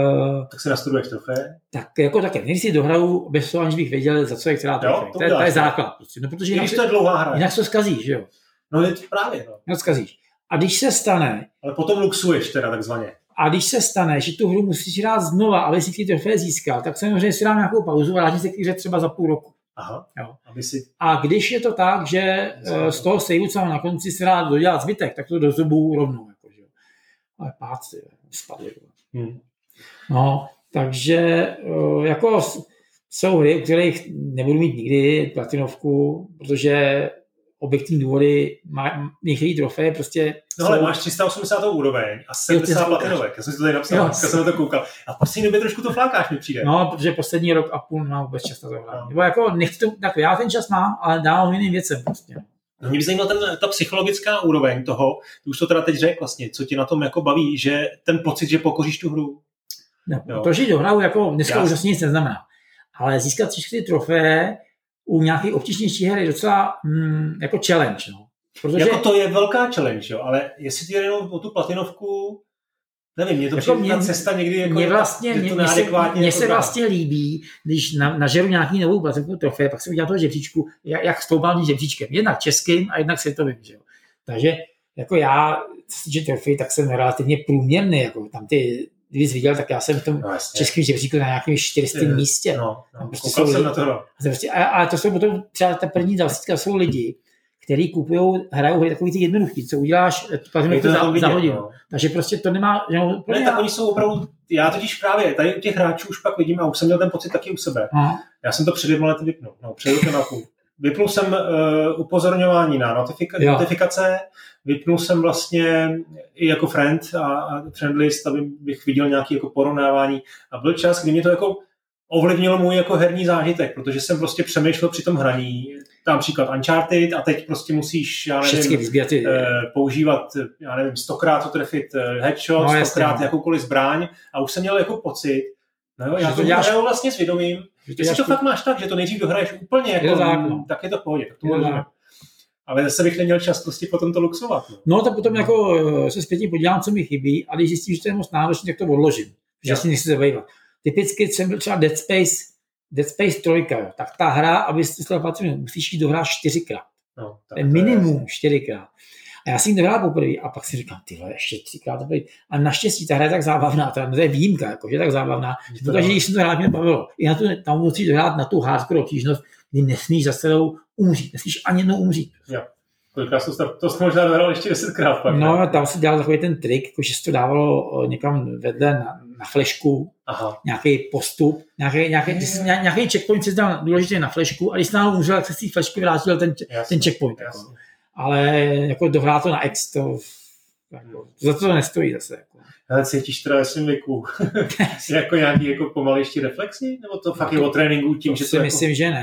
Tak se nastuduješ trofeje? Tak jako také, než si dohraju bez toho, aniž bych věděl, za co je která trofej. To, to, to je základ. Prostě. No, protože jinak, to je dlouhá hra. Jinak to zkazíš, že jo? No je to právě. No. Jinak zkazíš. A když se stane... Ale potom luxuješ teda takzvaně. A když se stane, že tu hru musíš hrát znova, aby si ty trofeje získal, tak samozřejmě si dám nějakou pauzu a vrátím se k hře třeba za půl roku. Aha, jo. Aby si... A když je to tak, že Zbytek. z toho saveu, co mám na konci si rád dodělat zbytek, tak to do zubu rovnou. Jako, že? Ale pát si spadly. Hmm. No, takže jako jsou hry, u kterých nebudu mít nikdy platinovku, protože objektivní důvody, má některé trofeje prostě... No ale máš tři sta osmdesátou úroveň a sedmdesát platinovek, já jsem si to tady napsal, já jsem na to koukal. A poslední době trošku to flákáš, mi přijde. No, protože poslední rok a půl nemám vůbec čas na to hrát. No. Nebo jako nechci to, tak já ten čas mám, ale dávám jiným věcem prostě. No, mě by zajímala ten, ta psychologická úroveň toho, ty už to teda teď řekl vlastně, co ti na tom jako baví, že ten pocit, že pokoříš tu hru. No, to, že ji dohraju, jako dneska už vlastně nic neznamená. Ale získat všechny trofeje u nějakých obtížnější her je docela mm, jako challenge. No. Protože... Jako to je velká challenge, jo, ale jestli ti jenom o tu platinovku, nevím, mě to jako přijde ta cesta někdy jako mě vlastně, mě, mě, se, mě jako se vlastně líbí, když na, nažeru nějaký novou platinovku trofeje, pak jsem udělal toho žebříčku, jak, jak stoupám žebříčkem. Jednak českým a jednak světovým. Že jo. Takže jako já, že trofej, tak jsem relativně průměrný. Jako tam ty kdyby jsi viděl, tak já jsem v tom no, českém žebříku na nějakém čtyřistém místě. No, no, prostě koukal jsem na to. No. Ale to jsou potom třeba ta první dalšíka jsou lidi, kteří kupují, hrajou hry takový ty jednoduchý, co uděláš platinovku za, za hodinu. No. Takže prostě to nemá... Že no, ne, tak oni jsou opravdu... Já totiž právě tady u těch hráčů už pak vidím a už jsem měl ten pocit taky u sebe. Aha. Já jsem to před dvěma lety vypnul. No, před rokem na půl. Vypnul jsem uh, upozorňování na notifika- notifikace, vypnul jsem vlastně i jako friend a, a friend list, aby bych viděl nějaké jako porovnávání. A byl čas, kdy mě to jako ovlivnilo můj jako herní zážitek, protože jsem prostě přemýšlel při tom hraní. Tam příklad Uncharted a teď prostě musíš, já nevím, uh, používat, já nevím, stokrát to trefit uh, headshot, no, stokrát jakoukoliv zbraň a už jsem měl jako pocit, no jo, já to hraju vlastně svědomím. Jestli to fakt máš tak, že to nejdřív dohraješ úplně, jako, je tak je to v pohodě. Tak to je ale zase bych neměl čas prostě potom to luxovat. No, no tak potom jako se zpětně podívám, co mi chybí, a když zjistím, že to je moc náročný, tak to odložím. Že si nechci zabývat. Typicky jsem byl třeba Dead Space, Dead Space tři, jo. Tak ta hra, abyste se patřili, musíš jít dohrát čtyřikrát. No, to je minimum čtyřikrát. A já si ji dohrál poprvé a pak si říkám, tyhle, ještě třikrát. A naštěstí ta hra je tak zábavná, to je výjimka, jako, že je tak zábavná, že protože když jsem to hrál, mě bavilo. I na tu, tam musíš dohrát na tu hardcore obtížnost, kdy nesmíš za celou umřít, nesmíš ani jednou umřít. Jo. Kolikrát to, to jsi možná dohrál ještě desetkrát. Pak, no, ne? Tam se dělal takový ten trik, jako, že se to dávalo někam vedle na, na flešku, nějaký postup, nějaký, nějaký, je, nějaký checkpoint se dal důležitě na flešku a když jsi náhodou umřel, tak se z té flešky vrátil ten, ten checkpoint. Jako. Ale jako dohrát to na X, to jako, za to nestojí zase. Jako. Ale cítíš teda ve svém věku jako nějaký jako pomalejší reflexy? Nebo to fakt no, je o tréninku tím, to že si to myslím, jako... že ne.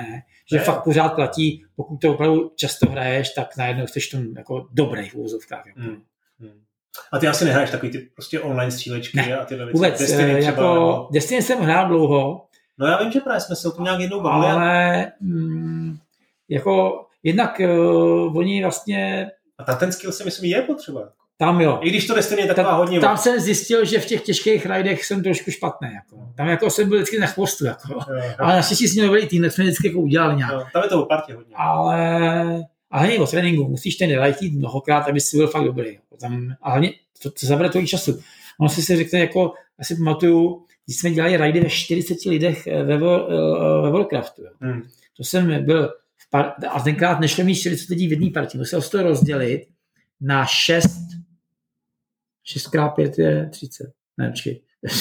že ne. Fakt pořád platí, pokud to opravdu často hraješ, tak najednou jsi v tom jako dobrý v úvozovkách. Hmm. Hmm. A ty asi nehraješ takový ty prostě online střílečky ne, a tyhle věci? Vůbec, Destiny třeba, jako nebo... Destiny jsem hrál dlouho. No já vím, že právě jsme se o tom nějak jednou bavili. Ale mm, jako jednak uh, oni vlastně... A ta ten skill si myslím je potřeba. Tam jo. I když to Destiny je taková Ta, hodně... Tam jsem zjistil, že v těch těžkých rajdech jsem trošku špatný. Jako. Tam jako jsem byl vždycky na chvostu. Jako. Jo, jo. Ale naštěstí jsme dobrý tým, tak jsme vždycky jako udělali nějak. Jo, tam je to o partě hodně. Ale... A hlavně o tréninku. Musíš ten rajd jít mnohokrát, aby si byl fakt dobrý. Jako. Tam, a hlavně to, to zabere tolik času. Ono si si řekne, jako, já si pamatuju, když jsme dělali rajdy ve čtyřiceti lidech ve, ve Warcraftu. Hmm. To jsem byl v par... a tenkrát nešlo mít čtyřicet lidí v jedné partii. Musel se to rozdělit na šest šest krát pět je třicet. Ne, počkej.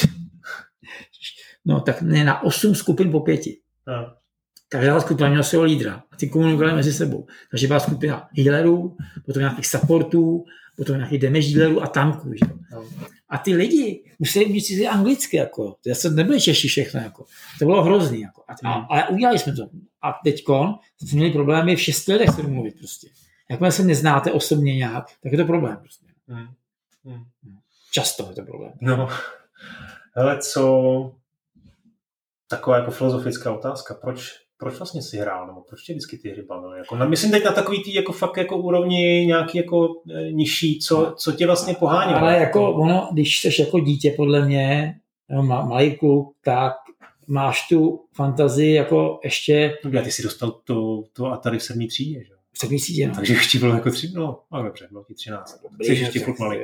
No, tak ne, na osm skupin po pěti. Hmm. Každá skupina měla svého lídra a ty komunikovali mezi sebou. Takže byla skupina healerů, potom nějakých supportů, potom nějakých damage dealerů a tanků. Že? Hmm. A ty lidi museli mít si anglicky. Jako. To se nebyly Češi všechno. Jako. To bylo hrozný. Jako. A, a, ale udělali jsme to. A teďkon jsme měli problémy v šesti lidech se domluvit. Prostě. Jakmile se neznáte osobně nějak, tak je to problém. Prostě. Hmm. Hmm. Často je to problém. No, hele, co taková jako filozofická otázka, proč, proč vlastně si hrál, nebo proč tě vždycky ty hry bavily? Jako, myslím teď na takový tý jako fakt jako úrovni nějaký jako e, nižší, co, co tě vlastně pohání. Ale jako ono, když jsi jako dítě podle mě, no, malý kluk, tak máš tu fantazii jako ještě... No, ty jsi dostal to, to Atari v sedmý třídě, že? V sedmý třídě, no. Takže ještě bylo jako tři, no, ale dobře, bylo ti třináct. Jsi ještě furt malý.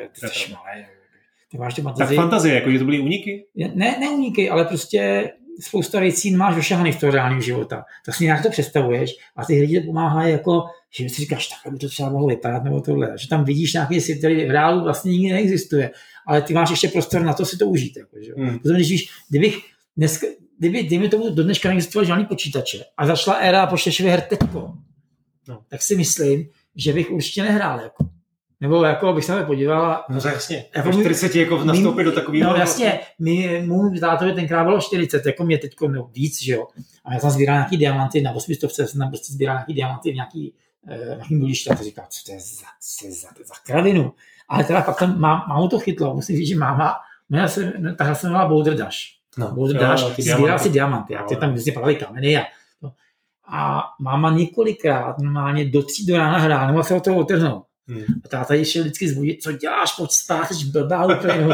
Tak máš ty fantazii. Tak fantazie, jako že to byly úniky? Ne, ne úniky, ale prostě spousta věcí máš ošahaných v toho reálného života. Tak si nějak to představuješ a ty lidi to pomáhají jako, že si říkáš, takhle by to třeba mohlo vypadat nebo tohle. Že tam vidíš nějaký svět, který v reálu vlastně nikdy neexistuje, ale ty máš ještě prostor na to si to užít. Jako, že? Hmm. Protože když víš, kdybych dneska, kdyby, kdyby tomu do dneška neexistoval žádný počítače a začala éra počítačových her teďko, no. Tak si myslím, že bych určitě nehrál. Jako. Nebo jako bych se na to podíval. No jasně, jako čtyřicet jako nastoupit do takového. No jasně, my, můj tátovi tenkrát bylo čtyřicet, jako mě teďko no, víc, že jo. A já tam sbíral nějaký diamanty, na osmistovce jsem tam prostě sbíral nějaký diamanty v nějaký, eh, nějaký buliště. A to říkal, co to je za, co je za, za kravinu. Ale teda pak tam má, mámu to chytlo, musím říct, že máma, no se, no, ta hra se jmenovala Boulder Dash. No, Boulder jo, Dash, sbíral si diamanty, a ty tam vždycky padaly kameny a A máma několikrát normálně do tří do rána hrá, nebo se o toho otrhnout. Hmm. A táta ji šel vždycky zbudit, co děláš, pojď spát, jsi blbá úplně.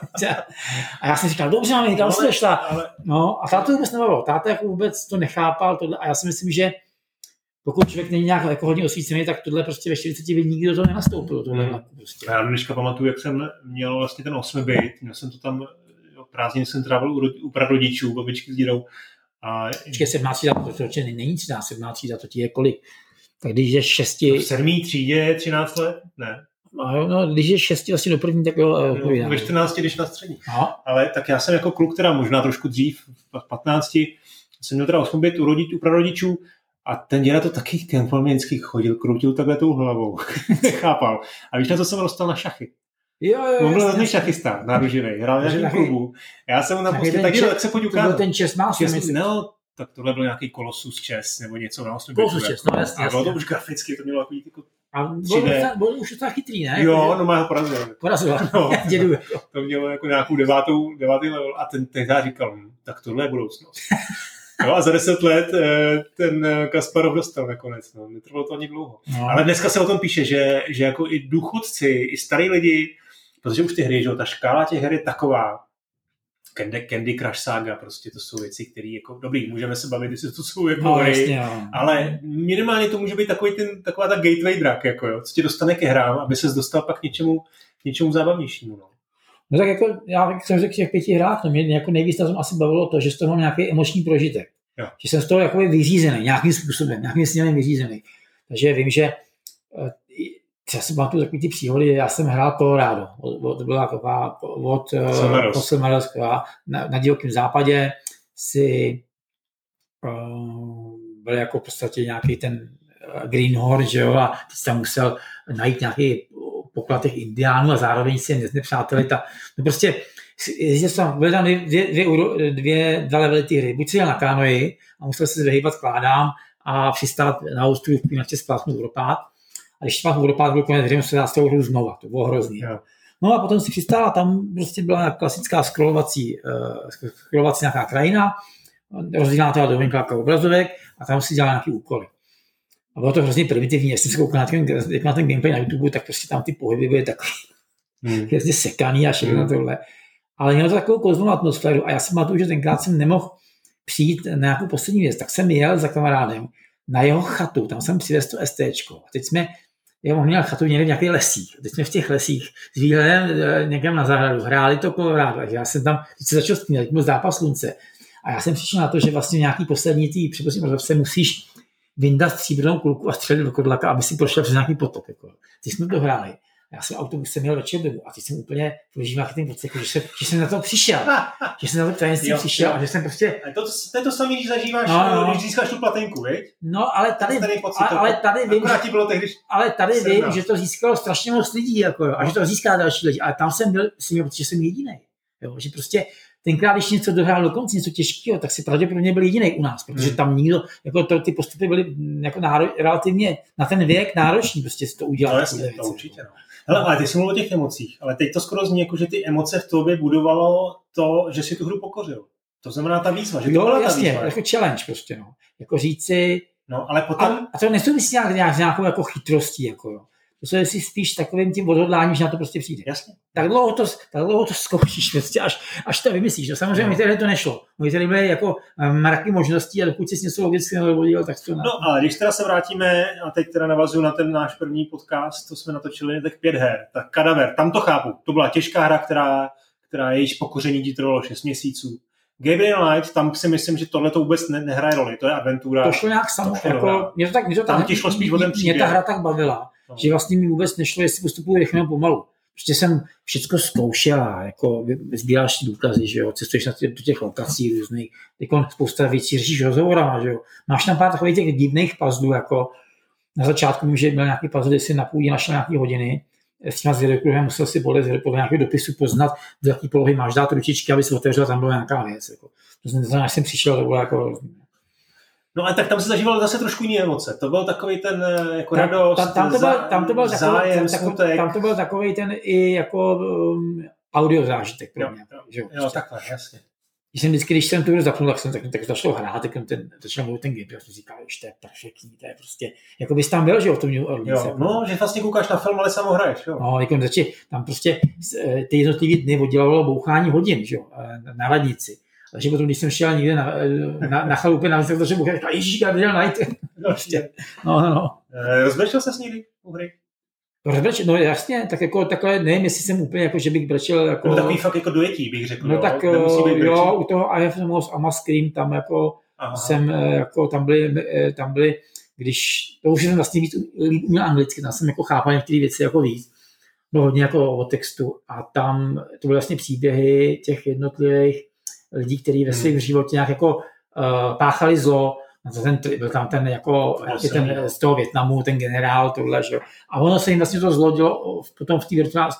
A já jsem říkal, dobře, máme, kam jsi šla. Ale... No, a táta vůbec nebavil. Táta jako vůbec to nechápal. Tohle. A já si myslím, že pokud člověk není nějak jako hodně osvícený, tak tohle prostě ve čtyřiceti nikdo to nenastoupil. Tohle hmm. prostě. Já dneška pamatuju, jak jsem měl vlastně ten osmi bit. Měl jsem to tam, prázdnin jsem trávil u, u prarodičů, babičky s dědou. A... Počkej, sedmá třída, to určitě není třináct, sedmá třída, to ti je kolik? Tak když je šesti... V sedmý třídě třináct let? Ne. No, no, když je šesti vlastně do první, tak jo. No, ve čtrnácti, když na střední. Aha. Ale tak já jsem jako kluk, teda možná trošku dřív, v patnácti, jsem měl teda osm bit u, rodič, u prarodičů a ten děda to taky ten vždycky chodil, kroutil takhle tou hlavou. Chápal. A víš, na co jsem dostal na šachy? Jo, jo, on byl hodně šachista, náruživej, hrál nějaký klubu. Já jsem mu tam prostě tak dělal, jak se pojď ukázat. To byl ten čes má No, tak tohle byl nějaký Colossus čes, nebo něco na osmi. Colossus čes, no jasně. A bylo to už graficky, to mělo takový jako a byl, byl už docela chytrý, ne? Jo, no má ho porazil. Porazil, no, dědu. To mělo jako nějakou devátou, devátý level a ten tehdy říkal, hm, tak tohle je budoucnost. Jo, a za deset let ten Kasparov dostal nakonec, no, netrvalo to ani dlouho. No. Ale dneska se o tom píše, že, že jako i důchodci, i starý lidi, protože už ty hry, že ta škála těch her je taková, Candy, Candy Crush Saga, prostě to jsou věci, které jako, dobrý, můžeme se bavit, jestli to jsou jako no, hry, jasně, ale minimálně to může být takový ten, taková ta gateway drug, jako jo, co tě dostane ke hrám, aby ses dostal pak k něčemu, k něčemu zábavnějšímu, no. No tak jako, já jsem řekl, že v pěti hrách, no mě jako nejvíc na tom asi bavilo to, že z toho mám nějaký emoční prožitek. Jo. Že jsem z toho jakoby vyřízený, nějakým způsobem, nějakým směrem vyřízený. Takže vím, že třeba si pamatuju takový ty příhody, já jsem hrál Colorado, to byla taková od Selmarovská na, na divokém západě si uh, byl jako v podstatě nějaký ten Greenhorn, že jo, a ty jsi tam musel najít nějaký poklad těch indiánů a zároveň si je nepřáteli. Ta, no prostě, byly tam dvě, dvě, dvě, dvě dva levely ty hry. Buď si jel na kanoji a musel se vyhýbat kládám, a přistát na ostrův, na tě spláchnout vodopád. A když spláchnout vodopád, byl konec hry, se dá z toho hru znova, to bylo hrozný. Yeah. No a potom si přistála, tam prostě byla klasická scrollovací, uh, scrollovací nějaká krajina, rozdělená teda do venkáka obrazovek a tam si dělala nějaký úkoly. A bylo to hrozně primitivní, jestli jsem se koukal na ten, na ten gameplay na YouTube, tak prostě tam ty pohyby byly takový hmm. hrozně sekaný a všechno hmm. tohle. Ale mělo to takovou kouzlou atmosféru a já si pamatuju, že tenkrát jsem nemohl přijít na nějakou poslední věc, tak jsem jel za kamarádem na jeho chatu, tam jsem přivez to STčko. A teď jsme, já měl chatu někde v nějakých lesích. Teď jsme v těch lesích s výhledem někam na zahradu hráli to Colorado. Já jsem tam, teď se začal spínat, teď byl zápas slunce. A já jsem přišel na to, že vlastně nějaký poslední tý předposlední rozhovce musíš vyndat stříbrnou kulku a střelit do kodlaka, aby si prošel přes nějaký potok. Jako. Teď jsme to hráli. Já jsem autobusem měl večer domů a teď jsem úplně prožíval ten pocit, že jsem, že jsem na to přišel. Že jsem na to tajemství přišel jo. A že jsem prostě... A to, to je to samé, když zažíváš, no, no. když získáš tu platenku, viď? No, ale tady, pocit, ale, ale tady vím, že, bylo tehdy, ale tady vím, že to získalo strašně moc lidí, jako, jo, a že to získá další lidi. Ale tam jsem byl, jsem měl pocit, že jsem jedinej. Jo, že prostě tenkrát, když něco dohrál do konce, něco těžkého, tak si pravděpodobně byl jedinej u nás, protože tam nikdo, jako to, ty postupy byly jako náro, relativně na ten věk náročný, prostě si to udělat. No jasně, to určitě. No. Hele, ale ty jsi mluvil o těch emocích, ale teď to skoro zní jako, že ty emoce v tobě budovalo to, že si tu hru pokořil. To znamená ta výzva, že to jo, byla jasně, ta výzva. Jako challenge prostě, no. Jako říct si... No, ale potom... A, a to nesouvisí nějak, nějak s nějakou jako chytrostí, jako jo. To je si spíš takovým tím odhodláním, že na to prostě přijde. Jasně. Tak dlouho to, tak dlouho to zkoušíš, prostě, až, až to vymyslíš. No, samozřejmě no. mi to nešlo. My tady byly jako mraky možností a dokud jsi něco logicky neodvodil, tak to... No, ale když teda se vrátíme, a teď teda navazuju na ten náš první podcast, to jsme natočili, tak pět her, tak Kadaver, tam to chápu. To byla těžká hra, která, která jejíž pokoření ti trvalo šest měsíců. Gabriel Knight, tam si myslím, že tohle to vůbec ne, nehraje roli, to je adventura. To šlo nějak samo, jako, mě to tak, mě to tam tak, ti šlo spíš o ten příběh. Mě ta hra tak bavila, no. Že vlastně mi vůbec nešlo, jestli postupuji rychle nebo pomalu. Prostě jsem všecko zkoušela, jako sbíráš ty důkazy, že jo, cestuješ na těch, těch lokací různých, jako spousta věcí řešíš rozhovorama, že jo. Máš tam pár takových těch divných puzzlů, jako na začátku vím, že byl nějaký puzzle, kde si na půdě našel nějaký hodiny, s těma zvědokruhem musel si podle, podle nějakého dopisu poznat, do jaký polohy máš dát ručičky, aby se otevřela, tam byla nějaká věc. Jako. To znamená, až jsem přišel, to bylo jako... No a tak tam se zažíval zase trošku jiné emoce. To byl takový ten jako tam, radost, tam, tam to byl, tam to byl zájem, takový, smutek. Tam to byl takový ten i jako um, audio zážitek pro mě. Jo, jo, jo takhle, jasně. Když jsem vždycky, když jsem tu hru zapnul, tak jsem tak, tak začal hrát, tak ten, začal mluvit ten gameplay, a jsem říkal, že to je perfektní, to je prostě, jako bys tam byl, že o tom měl orlice. Jo, no, že vlastně koukáš na film, ale sám ho hraješ, jo. No, jako zači, tam prostě ty jednotlivý dny oddělalo bouchání hodin, že jo, na lednici. Takže potom, když jsem šel někde na, na, na chalupě, na výsledku, že bouchal, ježíš, Gabriel Knight. Prostě. No, no, no. Rozbrečel ses někdy u hry? Rozbrečel, no jasně, tak jako takhle, nevím, jestli jsem úplně, jako, že bych brečel, jako... No takový fakt jako dojetí, bych řekl, no, jo? Tak jo, u toho I Have No Most Ama Scream, tam jako Aha. jsem, jako tam byly, tam byly, když, to už jsem vlastně víc uměl anglicky, tam jsem jako chápal některé věci jako víc, no hodně jako o textu a tam to byly vlastně příběhy těch jednotlivých lidí, kteří ve svém hmm. životě nějak jako uh, páchali zlo. Ten, byl tam ten, jako, ten z toho Vietnamu, ten generál, tohle, že jo. A ono se jim vlastně to zlo dělo potom v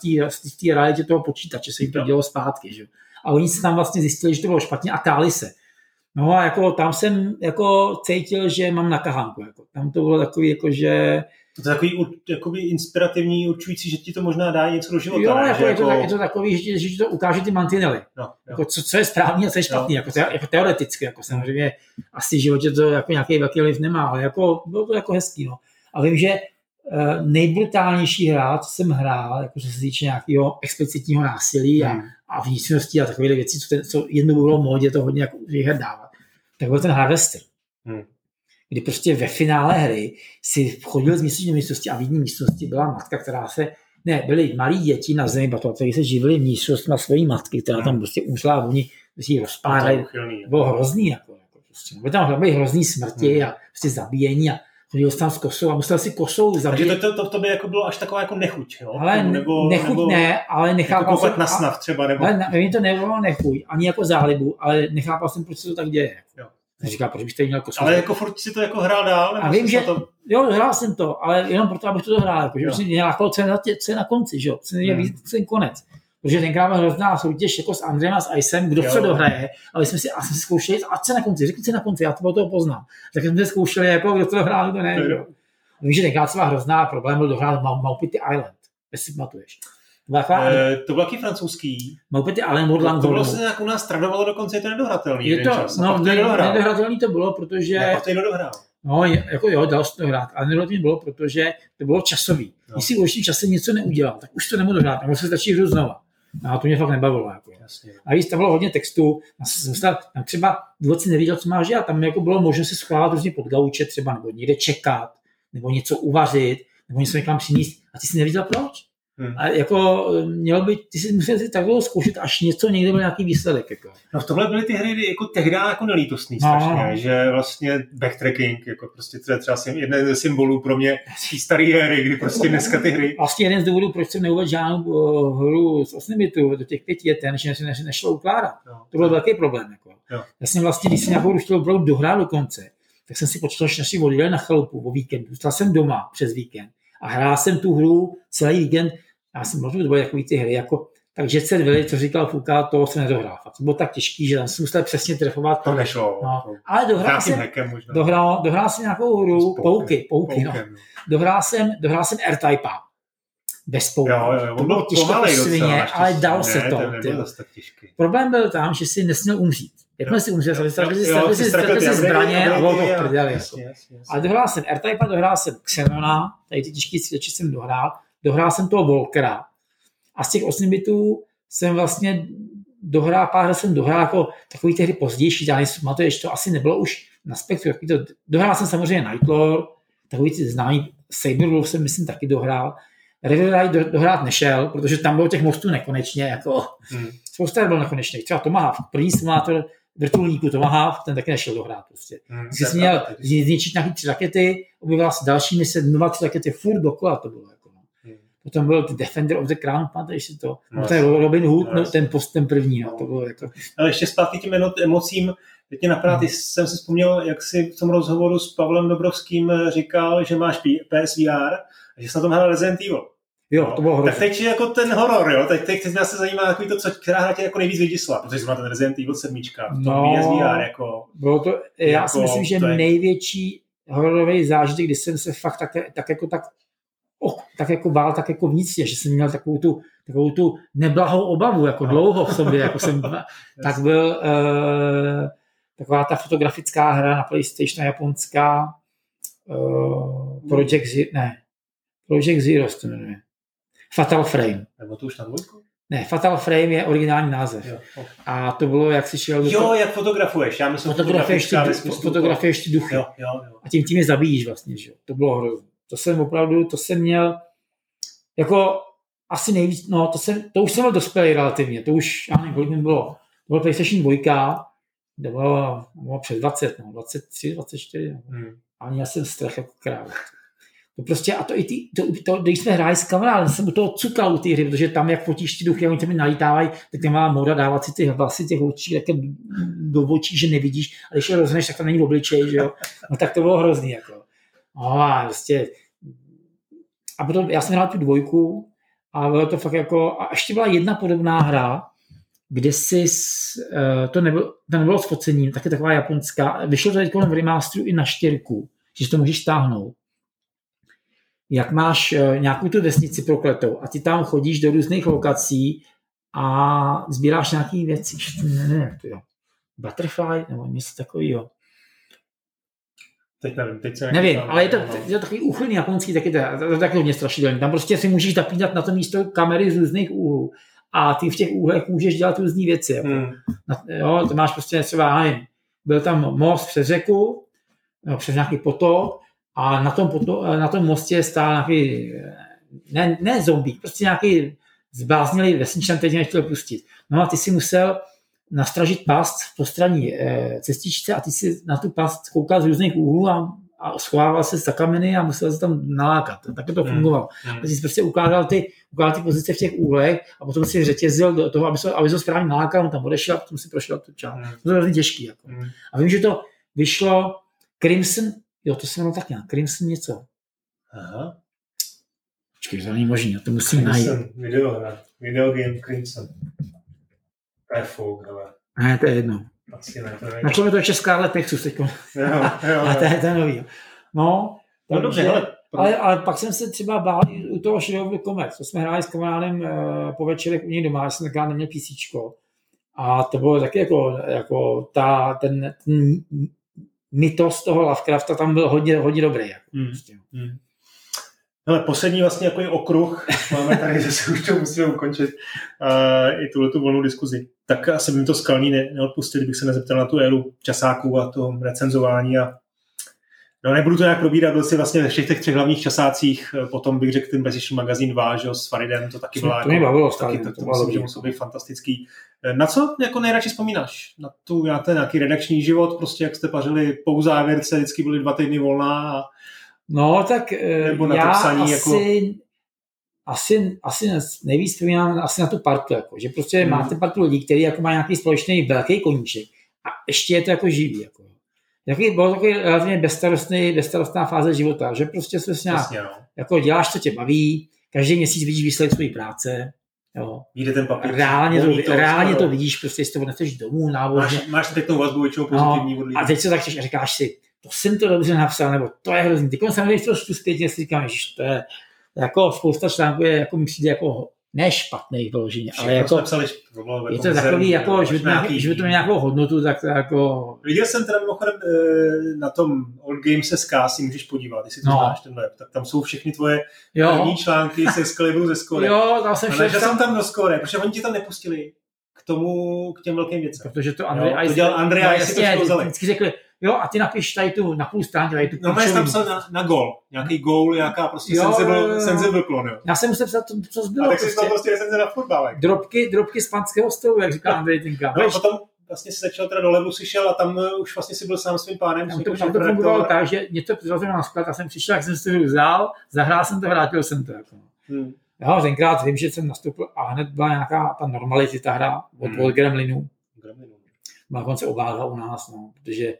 té realitě toho počítače, se jim to dělo zpátky, že jo. A oni se tam vlastně zjistili, že to bylo špatně a káli se. No a jako tam jsem jako cítil, že mám na kahánku. Jako. Tam to bylo takový, jako že... To je takový jakoby inspirativní, určující, že ti to možná dá něco do života. Jo, ne? Jako, je, to, jako... je to takový, že, že ti to ukáže ty mantinely. No, jako, co, co je správný a co je špatný, jako, te, jako teoreticky. Jako, samozřejmě asi v životě to jako nějaký velký vliv nemá, ale jako, bylo to jako hezký. No. A vím, že uh, nejbrutálnější hra, co jsem hrál, jako, co se týče nějakého explicitního násilí a, hmm. a vnitřnosti a takové věci, co, ten, co jednou bylo v módě to hodně jako vyhrdávat, tak byl ten Harvester. Hmm. Kdy prostě ve finále hry si chodil z místnosti do místnosti a v jedné místnosti byla matka, která se, ne, byly malí děti na zemi, kteří se živili vnitřnostma svojí matky, která tam prostě umřela a oni si ji rozpádali. Bylo hrozný. Jako, jako prostě. Byly tam byly hrozný smrti hmm. a prostě zabíjení a chodil tam s kosou a musel si kosou zabít. Takže to, to, to, to by jako bylo až taková jako nechuť, jo? Ale nebo, nechuť nebo, ne, ale nechápal jsem... na snav třeba, nebo... Ale mě to nebylo nechuť, ani jako zálibu, ale nechápal jsem, proč se to tak děje. Jo. Říká, proč bych tady měl kosmos. Ale jako furt si to jako hrál dál? A vím, že to... jo, hrál jsem to, ale jenom proto, abych to dohrál, jako, že jsem měl jako co je na, tě, co je na konci, že jo, co je víc ten konec. Protože tenkrát byla hrozná soutěž jako s Andrejem a s Icem, kdo jo. co dohraje, ale jsme si asi zkoušeli, a co na konci, řekni si na konci, já to toho poznám. Tak jsme se zkoušeli, jako, kdo to dohrál, to ne. Vím, že tenkrát byla hrozná, problém byl dohrát Maupity Island, jestli si pamatuješ. E, to byl taky francouzský. Maupity Island od Langonu. To bylo se nějak u nás tradovalo, dokonce je to nedohratelný. Je to, no, ne, nedohratelný to bylo, protože... A pak to někdo dohrál. No, jako jo, dal se to hrát, ale nedohratelný bylo, protože to bylo časový. No. Když si v určitém čase něco neudělal, tak už to nemohl dohrát, tak se stačí hru znova. No, a to mě fakt nebavilo. Jako. A víc, tam bylo hodně textu, tam třeba důvod si nevěděl, co máš dělat, tam jako bylo možné se schovávat různě pod gauče třeba, nebo někde čekat, nebo něco uvařit, nebo něco někam přinést, a ty si nevěděl proč. Hmm. A jako mělo by, ty si musel si tak dlouho zkoušet, až něco někde byl nějaký výsledek. Jako. No v tohle byly ty hry jako tehdy jako nelítostný strašně, no. Že vlastně backtracking, jako prostě to je třeba jeden ze symbolů pro mě té staré hry, kdy prostě dneska ty hry. Vlastně jeden z důvodů, proč jsem neuvedl žádnou hru z osmi bitů do těch pěti je ten, že se nešlo ukládat. No. To byl velký problém. Jako. Já jsem vlastně, když jsem nějakou hru chtěl opravdu dohrát do konce, tak jsem si počítal, že naši odjeli na chalupu o víkendu. Zůstal jsem doma přes víkend a hrál jsem tu hru celý víkend. Já jsem možná, to byly takový ty hry, jako, takže se dvě, co říkal Foucault, toho se nedohrál. To bylo tak těžký, že tam jsem musel přesně trefovat. To nešlo. No. Ale dohrál jsem, dohrál, dohrál jsem nějakou hru, pouky, pouky, no. Dohrál jsem, dohrál jsem R-Type. Bez pouky. Jo, jo, jo. To bylo těžké po svině, ale dal se to. Problém byl tam, že si nesměl umřít. Jakmile si umřel, tak si ztratil zbraně a bylo to v prdeli. Ale dohrál jsem R-Type, dohrál jsem Xenona, tady ty těžké střeči jsem dohrál. Dohrál jsem toho Volkera a z těch osmi bitů jsem vlastně dohrál, pár jsem dohrál jako takový ty hry pozdější, já nejsem, pamatuješ, to asi nebylo už na spektru. Dohrál jsem samozřejmě Nightlore, takový ty známý Saberwolf jsem myslím taky dohrál. River Ride do, dohrát nešel, protože tam bylo těch mostů nekonečně, jako hmm. spousta byl nekonečných. Třeba Tomahawk, první simulátor vrtulníků Tomahawk, ten taky nešel dohrát prostě. Hmm, Když jsi měl zničit nějaký tři rakety, objevila se další mise, nové tři rakety, furt dokola to bylo. Potom byl Defender of the Crown, pamatuješ si to? No, ten Robin Hood, no, ten post, ten první. No, to bylo jako... Ale ještě zpátky těm emocím, teď mě napadá, ty jsem si vzpomněl, jak jsi v tom rozhovoru s Pavlem Dobrovským říkal, že máš P S V R a že jsi na tom hrál Resident Evil. Jo, to bylo hrozné. Tak teď jako ten horor, jo? Teď, teď nás se zajímá, takový to, co, která hra tě jako nejvíc vyděsila, protože zrovna ten Resident Evil sedm, v tom no, P S V R jako... Bylo to, já jako, si myslím, že je... největší hororový zážitek, kdy jsem se fakt tak, tak jako tak Oh, tak jako bál, tak jako vnitřně, že jsem měl takovou tu, takovou tu neblahou obavu, jako dlouho v sobě, jako jsem, tak byl uh, taková ta fotografická hra na PlayStation japonská, uh, Project Zero, ne, Project Zero to jmenuje. Fatal Frame. Nebo to už na dvojku? Ne, Fatal Frame je originální název. Jo, oh. A to bylo, jak si šel... Jo, to... jak fotografuješ. Já myslím, fotografuješ ty, fotografuješ ty duchy. Jo, jo, jo. A tím tím je zabíjíš vlastně, že jo. To bylo hrozné. To jsem opravdu, to jsem měl jako asi nejvíc, no to, jsem, to už jsem byl dospělý relativně, to už, já nevím, kolik mi bylo, to bylo PlayStation dva, to bylo, bylo přes dvacet, no, dvacet tři, dvacet čtyři, no. hmm. A měl jsem strach jako král. To prostě, a to i ty, to, to, když jsme hráli s kamarádem, jsem u toho cukal u té hry, protože tam, jak fotíš ty duchy, a oni tam nalítávají, tak tam má moda dávat si ty hlasy těch očí také do očí, že nevidíš, a když je rozhneš, tak tam není obličej, že jo, no tak to bylo hrozný, jako. No a prostě, a potom já jsem hrál tu dvojku a bylo to fakt jako, a ještě byla jedna podobná hra, kde si, to nebylo, to nebylo s focením, taky taková japonská, vyšlo to teď v remasteru i na čtyřku, že to můžeš stáhnout. Jak máš nějakou tu vesnici prokletou a ty tam chodíš do různých lokací a sbíráš nějaký věci, ne, ne, to jo, Butterfly nebo něco takového. Teď nevím, teď se nevím, ale je to, je to takový úchylný japonský, taky to, to, to taky hodně strašidelný. Tam prostě si můžeš zapínat na to místo kamery z různých úhlů a ty v těch úhlech můžeš dělat různý věci. Jako. Hmm. Na, jo, to máš prostě třeba, nevím, byl tam most přes řeku, no, přes nějaký potop a na tom, poto, na tom mostě stál nějaký, ne, ne zombík, prostě nějaký zbláznilý vesničan, teď nechtěl pustit. No a ty si musel nastražit past v postranní e, cestičce a ty si na tu past koukal z různých úhlů a, a schovával se za kameny a musel se tam nalákat. Tak to fungovalo. Mm. Mm. Ty jsi prostě ukládal ty, ukládal ty pozice v těch úhlech a potom si řetězil do toho, aby se, aby se správně nalákal, on tam odešel a potom si prošel tu část. Mm. To bylo velmi těžký. Jako. Mm. A vím, že to vyšlo Crimson, jo, to se jmenuje tak nějak, Crimson něco. Aha. Počkej, to není možný, to musím najít. Video hra, video game Crimson. To je fuk, hele. Ne, to je jedno. Asi ne, to je. Našlo mi to ještě Scarlet Nexus teď. A to je ten nový. No, no dobře, hele. Ale, ale pak jsem se třeba bál u toho Shadow of the Comets. To jsme hráli s kamarádem uh, po večerech u něj doma, já jsem takrát neměl PCčko. A to bylo taky jako, jako ta, ten, ten mytos toho Lovecrafta tam byl hodně, hodně dobrý. Jako, hmm. prostě. hmm. Hele, poslední vlastně jako okruh, máme tady zase už to musíme ukončit, uh, i tuhletu volnou diskuzi. Tak asi by mi to Skalní ne, neodpustil, kdybych se nezeptal na tu éru časáků a to recenzování a no, nebudu to nějak probírat, byl si vlastně ve všech těch třech hlavních časácích, potom bych řekl ten Precision Magazine váš, s Faridem, to taky byla, to jako, bavilo, taky, to, to, to, to myslím, že musel být fantastický. Na co jako nejradši vzpomínáš? Na tu na ten nějaký redakční život, prostě jak jste pařili po závěrce, vždycky byly dva týdny volná a no, tak nebo na já to psaní, asi, jako... asi, asi nejvíc vzpomínám asi na tu partu, jako, že prostě hmm. máte partu lidí, který jako má nějaký společný velký koníček a ještě je to jako živý. Jako. Jaký, bylo takový relativně bezstarostný, bezstarostná fáze života, že prostě se s nějak, no. jako děláš, co tě baví, každý měsíc vidíš výsledek své práce. Jo. Jde ten papír. Reálně, to, to, reálně to vidíš, prostě si to odneseš domů, návodně. Máš, máš teď tu vazbu většinou pozitivní no, od lidí. a teď se tak a říkáš si, to jsem to dobře napsal, nebo to je hrozný. Teď jsem nevěděl tu zpětně, si říkám, že to je jako spousta článků je, jako mi přijde jako ne špatný vyloženě, ale jako psali, je to takový, jako, že by to měl nějakou hodnotu, tak to jako... Viděl jsem teda mimochodem na tom Old Games S K si můžeš podívat, jestli to no. znáš ten web, tak tam jsou všechny tvoje jo. první články se Excalibru ze Score. Jo, tam jsem šel. jsem tam do Score, protože oni ti tam nepustili k tomu, k těm velkým věcem. Protože to Andrej jo, to dělal Andrej a si to vzali. Vždycky řekli, jo, a ty napiš tady tu na půl stránky, tady tu no, já jsem tam psal na, na gól, nějaký gól, nějaká prostě jo, sensible, sensible klon, jo. Já jsem musel psat to, co zbylo. A tak jsi tam prostě recenze na fotbalek. Drobky, drobky z panského stolu, jak říká Andrej Tinka. No a potom vlastně si začal teda do levelu si šel a tam už vlastně si byl sám svým pánem. Tam to, tam to fungovalo tak, že mě to přizvalo na sklad, já jsem přišel, jak jsem si to vzal, zahrál jsem to, vrátil jsem to. Jako. Hmm. Jo, tenkrát vím, že jsem nastoupil a hned byla nějaká ta normality, ta hra od, hmm. od Gremlinu. Gremlinu. Byla konce obálka u nás, no, protože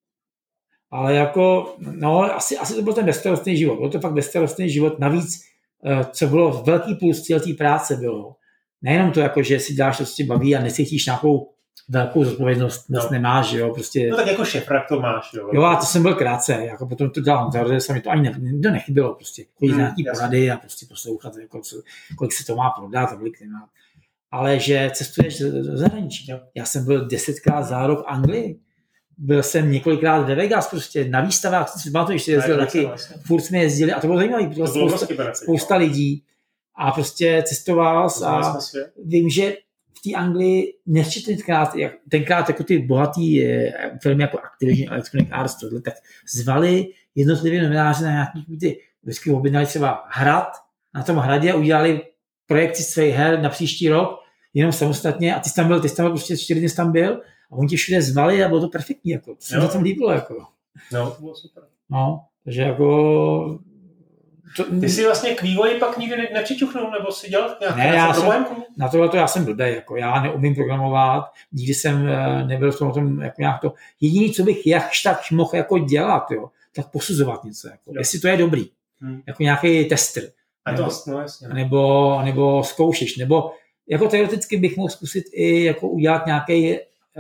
ale jako, no, asi, asi to byl ten bezstarostný život. Byl to fakt bezstarostný život. Navíc, co bylo velký plus té práce bylo, nejenom to, jako, že si děláš to, co tě baví a necítíš nějakou velkou zodpovědnost, moc no. nemáš, jo, prostě. No tak jako šefrak to máš, jo. Jo, a to jsem byl krátce, jako potom to dělal Honza, se mi to ani ne, to nechybilo, prostě. Chodit hmm, nějaký jasný. porady a prostě poslouchat, jako, co, kolik se to má prodat a kolik nemá. Ale že cestuješ do zahraničí. Jo. Já jsem byl desetkrát za rok v Anglii. Byl jsem několikrát ve Vegas, prostě na výstavách, třeba to ještě jezdil taky, furt jsme jezdili a to bylo zajímavé, protože spousta, spousta lidí a prostě cestoval a vím, že v té Anglii nevčetněkrát, tenkrát jako ty bohatý firmy jako Activision, Electronic Arts, tohle, tak zvali jednotlivě novináři na nějaký ty, vždycky objednali třeba hrad, na tom hradě udělali projekci svých her na příští rok, jenom samostatně a ty jsi tam byl, ty jsi tam byl, prostě čtyři dny jsi tam byl a oni tě všude zvali a bylo to perfektní, jako. To se mi tam líbilo, jako. No, to bylo super. No, takže jako... To... Ty jsi vlastně k vývoji pak nikdy nepřičuchnul, nebo si dělal nějaké ne, já jsem, na tohle to já jsem blbej, jako já neumím programovat, nikdy jsem nebyl v tom, tom jako nějak to... Jediný, co bych jakž tak mohl jako dělat, jo, tak posuzovat něco, jako. Jestli to je dobrý, hmm. jako nějaký tester. A to nebo, no, jasně. Nebo, nebo zkoušeš, nebo jako teoreticky bych mohl zkusit i jako udělat nějaký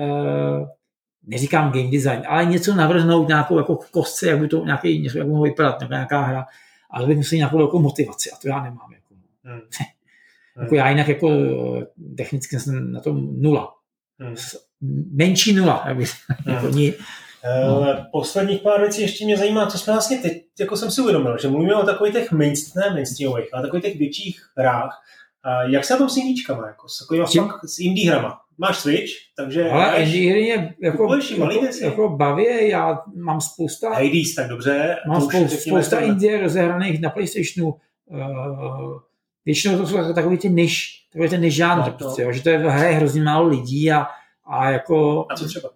Uh, neříkám game design, ale něco navrhnout nějakou jako kostce, jak by to nějaký, něco, jak mohlo vypadat, nebo nějaká hra, ale bych musel nějakou velkou motivaci a to já nemám. Jako, hmm. jako já jinak jako technicky jsem na tom nula. Hmm. Menší nula. Jak by, hmm. jako ní, no. Posledních pár věcí ještě mě zajímá, co jsme vlastně teď, jako jsem si uvědomil, že mluvíme o takových těch mainstream, mainstreamových, ale takových těch větších hrách. A jak se na tom s indíčkama, jako s takovýma fakt s indie hrama? Máš Switch, takže... Ale indie hry mě jako, jako, jako baví, já mám spousta... Hades, tak dobře. Mám spousta, spousta indie rozehraných na PlayStationu. Uh, většinou to jsou takový ty niž, takový ten niž žánr, no, prostě, jo, že to je hraje hrozně málo lidí a, a jako... A co třeba?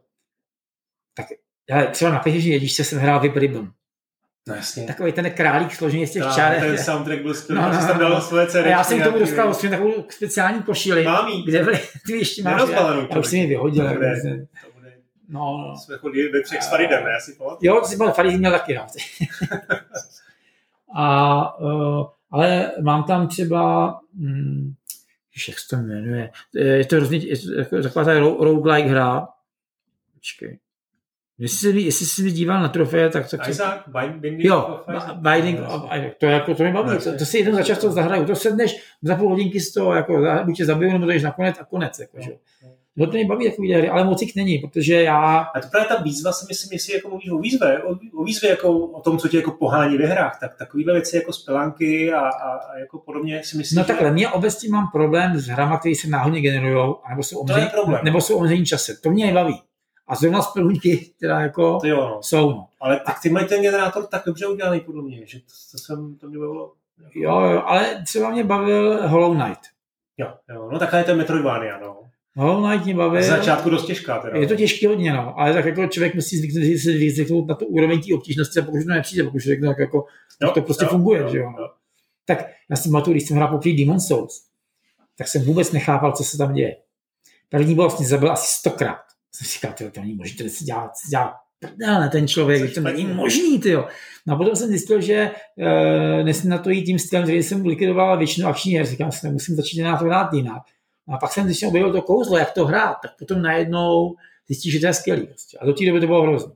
Tak třeba na PlayStationu jedíš, jsem hrál Whip Ribbon. No jasně. Takový ten králík složený z těch čárek. Ten soundtrack byl skvělý, no, no, tam dal svoje C D. Já jsem k tomu dostal vlastně takovou speciální košili. Mám jí. Kde byly, ty ještě máš, já, já už jsem ji vyhodil. To bude, to bude. No, no. Jsme chodili ve třech s Faridem, ne? Já si pamatuju. Jo, to si byl Farid měl taky rád. A uh, ale mám tam třeba, hm, jak se to jmenuje, je to hrozně, taková ta roguelike hra. Počkej. Jestli, jestli jsi mi díval na trofeje, tak... tak Isaac, Binding jo, of Isaac. Binding of Isaac. To, jako, to mi baví, to, to si jednou za často zahraju. To sedneš za půl hodinky z toho, jako, buď tě zabiju, nebo to jdeš nakonec a konec. Jako, že? No, to mi baví takový hry, ale moc jich není, protože já... A to právě ta výzva, si myslím, jestli jako mluvíš o výzvě, o, o výzvě jako o tom, co tě jako pohání ve hrách, tak takovýhle věci jako spelánky a, a, a jako podobně si myslím, No takhle, že... mě obecně mám problém s hrama, které se náhodně generujou, nebo jsou omezení, nebo jsou omezení čase. To mě nebaví. A zrovna spelunky, která jako jo, no. jsou. No. Ale tak ty mají ten generátor tak dobře udělaný podle mě, že to, to, jsem, to mě bavilo. Jako... Jo, jo, ale třeba mě bavil Hollow Knight. Jo, jo, no takhle je ten Metroidvania, no. Hollow Knight mě bavil. Z začátku dost těžká teda. Je to těžký hodně, no, ale tak jako člověk musí zvyknout, si zvyknout na tu úroveň té obtížnosti a pokud to nepřijde, pokud řekne, tak jako jo, to prostě jo, funguje, jo, že jo. jo. Tak já si pamatuju, když jsem hrál poprvé Demon's Souls, tak jsem vůbec nechápal, co se tam děje. První boss mě zabil asi stokrát. Jsem si říkal, tyjo, to není možný, to se dělá, se dělá prdele ten člověk, to není možný, tyjo. No a potom jsem zjistil, že e, nesmím na to jít tím stylem, který jsem likvidoval většinu akční her, říkám si, musím začít na to hrát jinak. No a pak jsem, když jsem objevil to kouzlo, jak to hrát, tak potom najednou zjistíš, že to je skvělý. Prostě. A do té doby to bylo hrozné.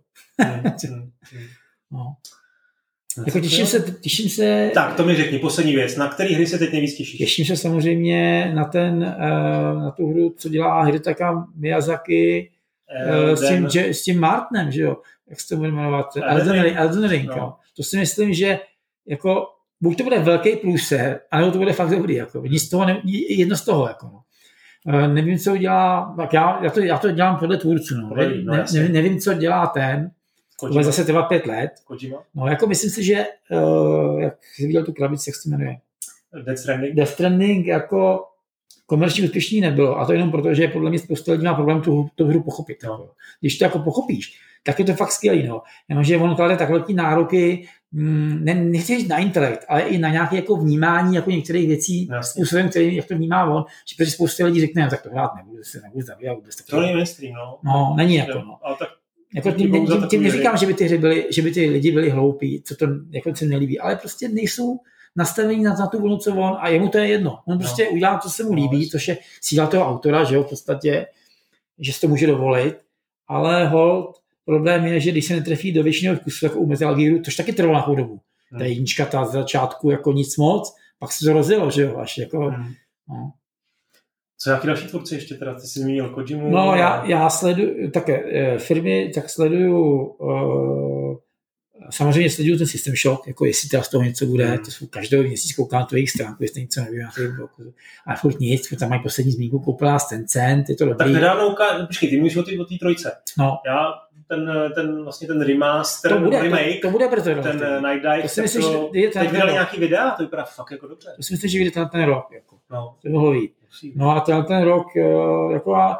no. Jako těším se, těším se... Tak, to mi řekni, poslední věc. Na který hry se teď nejvíc těšíš? Těším se samozřejmě na, ten, na tu hru, co dělá Hidetaka Miyazaki uh, s, tím, že, s tím Martinem, že jo? Jak se to bude jmenovat? Elden Ring. Elden Ring no. To si myslím, že jako, buď to bude velký pluser, anebo to bude fakt dobrý. Jako. Nic z toho ne, jedno z toho. Jako, no. Uh, nevím, co dělá... Tak já, já, to, já to dělám podle tvůrců. No. Ne, ne, ne, nevím, co dělá ten. To bude zase trvat pět let. Kojima? No, jako myslím si, že uh, jak jsi viděl tu krabici, jak se jmenuje? Death Stranding. Death Stranding jako komerčně úspěšný nebylo. A to jenom proto, že podle mě spousta lidí má problém tu, tu hru pochopit. No. Jako. Když to jako pochopíš, tak je to fakt skvělý. No. Jenomže on klade tak velký nároky, mm, ne, nechci říct na intelekt, ale i na nějaké jako vnímání jako některých věcí no. Způsobem, který jak to vnímá on, že protože spousta lidí řekne, tak to hrát nebudu, se nebudu zabývat. To není mainstream, no. No, není jako, no. Ale tak jako tím, tím, tím neříkám, že by ty hry byly, že by ty lidi byli hloupí, co to jako se nelíbí, ale prostě nejsou nastavení na, na tu vlnu, co on, a jemu to je jedno. On prostě no. udělá, co se mu líbí, což je síla toho autora, že jo, v podstatě, že si to může dovolit, ale hold, problém je, že když se netrefí do většinou vkusu, jako u Metal Gearu, tož taky trvalo nějakou dobu. Hmm. Ta jednička, ta z začátku jako nic moc, pak se to rozjelo, že jo, až jako, hmm. no. Co jaký další tvůrci ještě teda? Ty jsi zmínil Kojimu? No a... já, já sleduju také firmy, tak sleduju uh, samozřejmě sleduju ten System Shock, jako jestli teda z toho něco bude, hmm. to jsou každý měsíc koukám na tu jejich stránku, jestli něco nevím, ale furt nic, tam mají poslední zmínku, koupila z Tencent, je to dobrý. Tak nedávno ukážu, počkej, ty mluvíš o té o trojce. No. Já ten, ten, vlastně ten remaster, to bude, remake, to, to bude brzo. Ten uh, Night Dive, to si myslím, to, že teď vydali nějaký videa, to vypadá fakt jako dobře. To si myslím, že vyjde ten, ten rok, jako. No. To mohlo jít. No a ten, ten rok, jako já,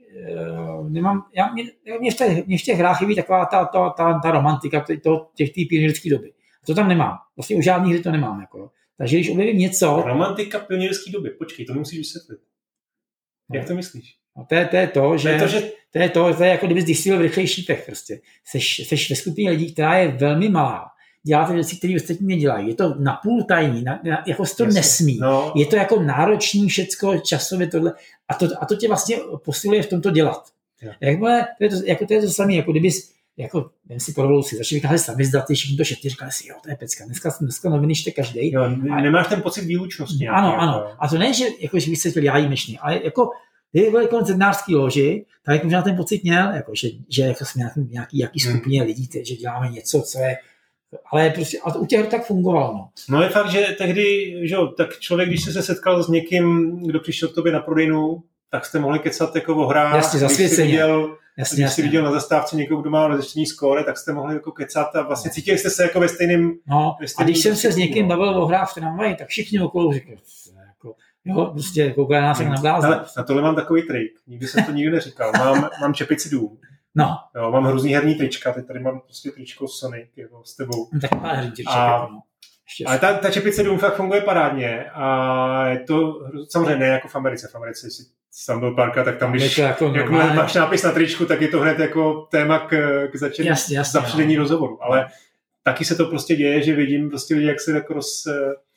nemám, já, mě, mě, v těch, mě v těch hrách chybí taková ta, ta, ta, ta romantika to, těch té pionýrské doby. A to tam nemám. Vlastně u žádný hry to nemám. Jako. Takže když objevím něco... Romantika pionýrské doby. Počkej, to musíš vysvětlit. No. Jak to myslíš? No to, je, to je to, že... To je to, že... To je, to, to je jako kdyby zjistil v rychlejších šípech. Prostě. Seš, seš ve skupině lidí, která je velmi malá. Děláte věci, které ostatní nedělají. Je to napůl tajný, na, na, jako se to Jasně. nesmí. No. Je to jako náročný všecko, časově tohle. A to, a to tě vlastně posiluje v tomto dělat. Jakmile, to je to, jako to je to samé, jako kdybys, jako, jen si po revoluci, začali vycházet samizdaty, všichni to šetli, říkali si, jo, to je pecka, dneska, dneska noviny čte každej. Jo, nemáš ten pocit výlučnosti. Ano, nějaký, ano. Jako. A to ne, že, jako, že bych se chtěl já jímečný, ale jako, kdyby byl jako sednářský loži, tak možná ten pocit měl, jako, že, že jako jsme nějaký, nějaký jaký skupině hmm. lidí, že děláme něco, co je. Ale prostě, a u těch tak fungovalo. No. no je fakt, že tehdy, že jo, tak člověk, když se setkal s někým, kdo přišel k tobě na prodejnu, tak jste mohli kecat jako o hrách. Jasně, zasvěceně. Když jsi viděl, jasně, když jasně. jsi viděl na zastávce někoho, kdo má rozlišení skóre, tak jste mohli jako kecat a vlastně cítili jste se jako ve stejným... No, ve stejným a když jsem se s někým bavil o hrách v tramvaji, tak všichni okolo řekli, jako, jo, prostě koukali nás jak na blázna. Na tohle mám takový trik, nikdy jsem to nikdy neříkal. Mám, mám čepici dům. No. Jo, mám hrozný herní trička, teď tady mám prostě tričko Sonic jako s tebou. No, tak pár herní triček. No. Ale ta, ta čepice dům fakt funguje parádně a je to samozřejmě ne jako v Americe. V Americe, jestli tam byl párkrát, tak tam, když jako jako máš nápis na tričku, tak je to hned jako téma k, k začení zapředení rozhovoru. Ale taky se to prostě děje, že vidím prostě lidi, jak se jako roz,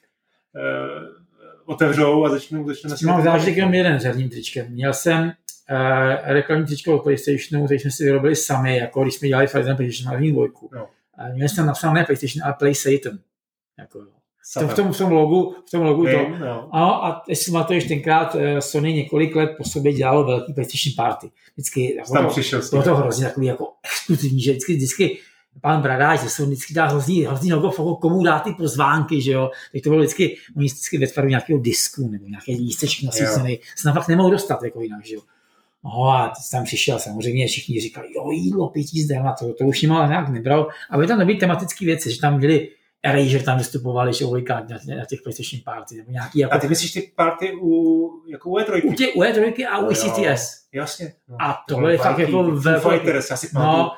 otevřou a začnou... začnou s tím mám zážitek jenom jeden s herním tričkem. Měl jsem uh, reklamní tričko od PlayStationu, který jsme si vyrobili sami, jako když jsme dělali Final PlayStation Marine dvojku. No. Uh, měli jsme napsané ne PlayStation, ale Play Satan. Jako, v, tom, v tom logu, v tom logu Vím, to. No. Ano, a jestli pamatuješ, tenkrát uh, Sony několik let po sobě dělalo velký PlayStation Party. Vždycky, tam přišel bylo to hrozně takový jako exkluzivní, že vždycky, vždycky pán Bradáč, že se vždycky dá hrozný, hrozný logo, komu dá ty pozvánky, že jo. Teď to bylo vždycky, oni vždycky ve tvaru nějakého disku nebo nějaké lístečky nasvícený, se fakt nemohou dostat jako jinak, že jo. No a tam přišel samozřejmě, všichni říkali, jo, jídlo, pití zde, a to, to už nima ale nějak nebral. A byly tam dobrý tematické věci, že tam byli Erasure, tam vystupovali, že na, na těch PlayStation Party, nebo nějaký jako... A ty myslíš ty party u, jako u E tři? U, tě, u E tři a u E C T S. Jasně. No. A to byly fakt jako velké... Fighters, já si pamatuju.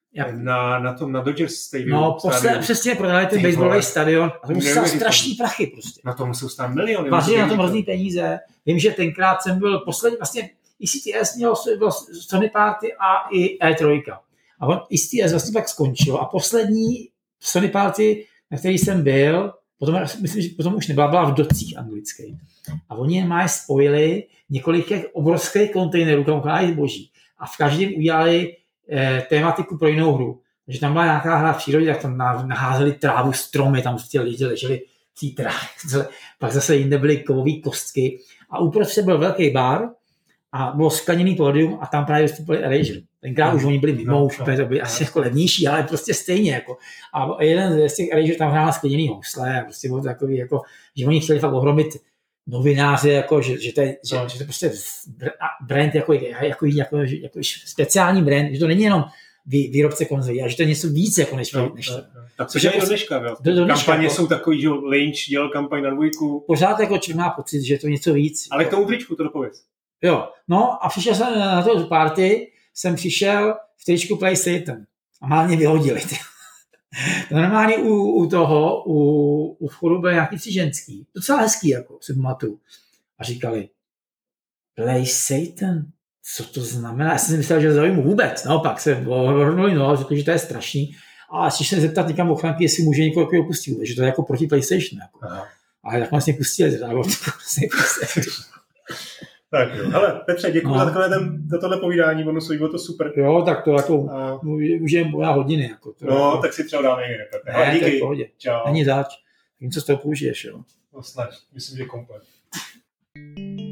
Na, na tom, na Dodgers Stadium. No, posle, přesně prodali ten baseballový stadion a to musel strašný prachy prostě. Na tom musel stát miliony. Vařili na tom hrozný peníze. Vím, že tenkrát jsem byl poslední, vlastně E C T S měl Sony Party a i E tři. A on E C T S vlastně tak skončil a poslední Sony Party, na který jsem byl, potom, myslím, že potom už nebyla, byla v docích anglických. A oni mají spojili několik těch obrovských kontejnerů, kam ukládají zboží. A v každém udělali tématiku pro jinou hru. Takže tam byla nějaká hra v přírodě, tak tam naházeli trávu, stromy, tam ti lidi leželi v té trávě. Pak zase jinde byly kovové kostky. A uprostřed byl velký bar a bylo skleněný pódium a tam právě vystupovali Erasure. Tenkrát no, už oni byli mimo, no, už no, to byli no, asi no. jako levnější, ale prostě stejně. Jako. A jeden z těch Erasure tam hrál skleněný housle a prostě bylo to takový, jako, že oni chtěli fakt ohromit novináři, jako, že, že, to je, že, že to je prostě brand jako, jako, jako, jako speciální brand, že to není jenom vý, výrobce konzolí, a že to je něco víc jako než, no, než to. No, no. Tak to je do dneška, do, do dneška, kampaně jako, jsou takový, že Lynch dělal kampaň na dvojku. Pořád jako člověk má pocit, že je to něco víc. Ale k tomu tričku to dopověz. Jo, no a přišel jsem na to party, jsem přišel v tričku Play Satan a má mě vyhodili. Normálně u, u toho, u, u vchodu byly nějaký tři ženský, docela hezký, jako si pamatuju. A říkali, Play Satan, co to znamená? Já jsem si myslel, že zaujmu vůbec. Naopak se ohrnuli, no, řekli, že to je strašný. A když se zeptat někam ochranky, jestli může někoho takového pustit, že to je jako proti PlayStation. Jako. Ale tak vlastně pustili, že to je Tak jo. Hele, Petře, děkuji no. za, takové ten, za tohle povídání, ono bylo to super. Jo, tak to jako, a... už je moja hodiny. Jako, to no, jako... tak si třeba dáme někde. Ne, díky. To je v pohodě. Čau. Není zač. Vím, co z toho použiješ, jo. No snad, myslím, že komplet.